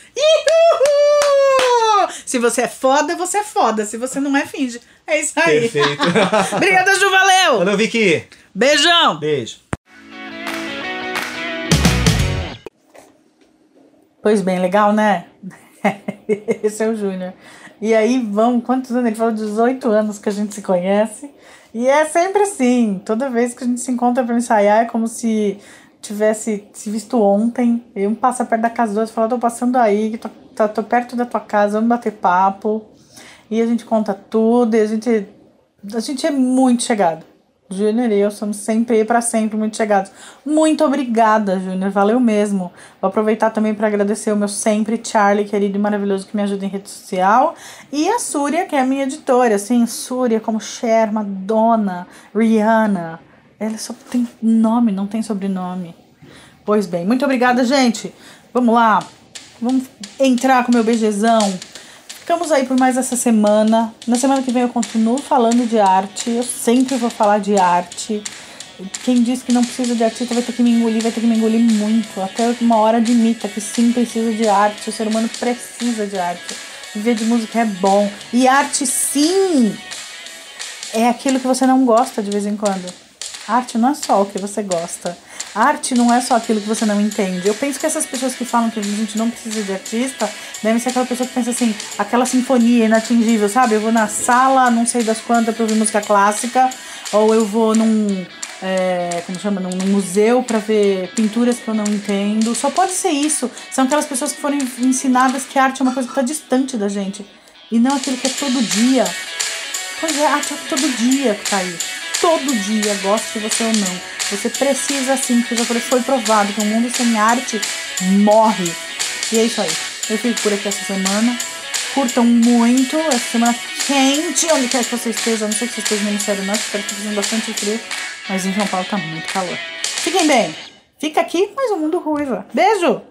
Ihuhu! Se você é foda, você é foda. Se você não é, finge. É isso aí. Perfeito. Obrigada, Ju. Valeu. Valeu, Vicky. Beijão. Beijo. Pois bem, legal, né? Esse é o Júnior. E aí, vamos, quantos anos? Ele falou dezoito anos que a gente se conhece. E é sempre assim. Toda vez que a gente se encontra pra ensaiar, é como se tivesse se visto ontem. E um passa perto da casa do outro e fala, tô passando aí, tô, tô, tô perto da tua casa, vamos bater papo. E a gente conta tudo, e a gente, a gente é muito chegado. Júnior e eu somos sempre e para sempre muito chegados. Muito obrigada, Júnior. Valeu mesmo. Vou aproveitar também para agradecer o meu sempre Charlie, querido e maravilhoso, que me ajuda em rede social. E a Súria, que é a minha editora. Assim, Súria como Cher, Madonna, Rihanna. Ela só tem nome, não tem sobrenome. Pois bem, muito obrigada, gente. Vamos lá. Vamos entrar com o meu beijezão. Ficamos aí por mais essa semana. Na semana que vem eu continuo falando de arte. Eu sempre vou falar de arte. Quem diz que não precisa de artista vai ter que me engolir, vai ter que me engolir muito. Até uma hora admita que sim, precisa de arte. O ser humano precisa de arte. Viver de música é bom. E arte, sim, é aquilo que você não gosta de vez em quando. Arte não é só o que você gosta. Arte não é só aquilo que você não entende. Eu penso que essas pessoas que falam que a gente não precisa de artista devem ser aquela pessoa que pensa assim, aquela sinfonia inatingível, sabe? Eu vou na sala, não sei das quantas, pra ouvir música clássica, ou eu vou num, é, como chama, num, num museu pra ver pinturas que eu não entendo. Só pode ser isso. São aquelas pessoas que foram ensinadas que a arte é uma coisa que tá distante da gente. E não aquilo que é todo dia. Pois é, a arte é todo dia que tá aí. Todo dia, goste você ou não. Você precisa sim, porque já foi provado que um mundo sem arte morre. E é isso aí. Eu fico por aqui essa semana. Curtam muito essa semana quente, onde quer que você esteja. Não sei se você esteja no Ministério Norte, espero que esteja bastante frio. Mas em São Paulo tá muito calor. Fiquem bem. Fica aqui, mas o mundo ruiva. Beijo!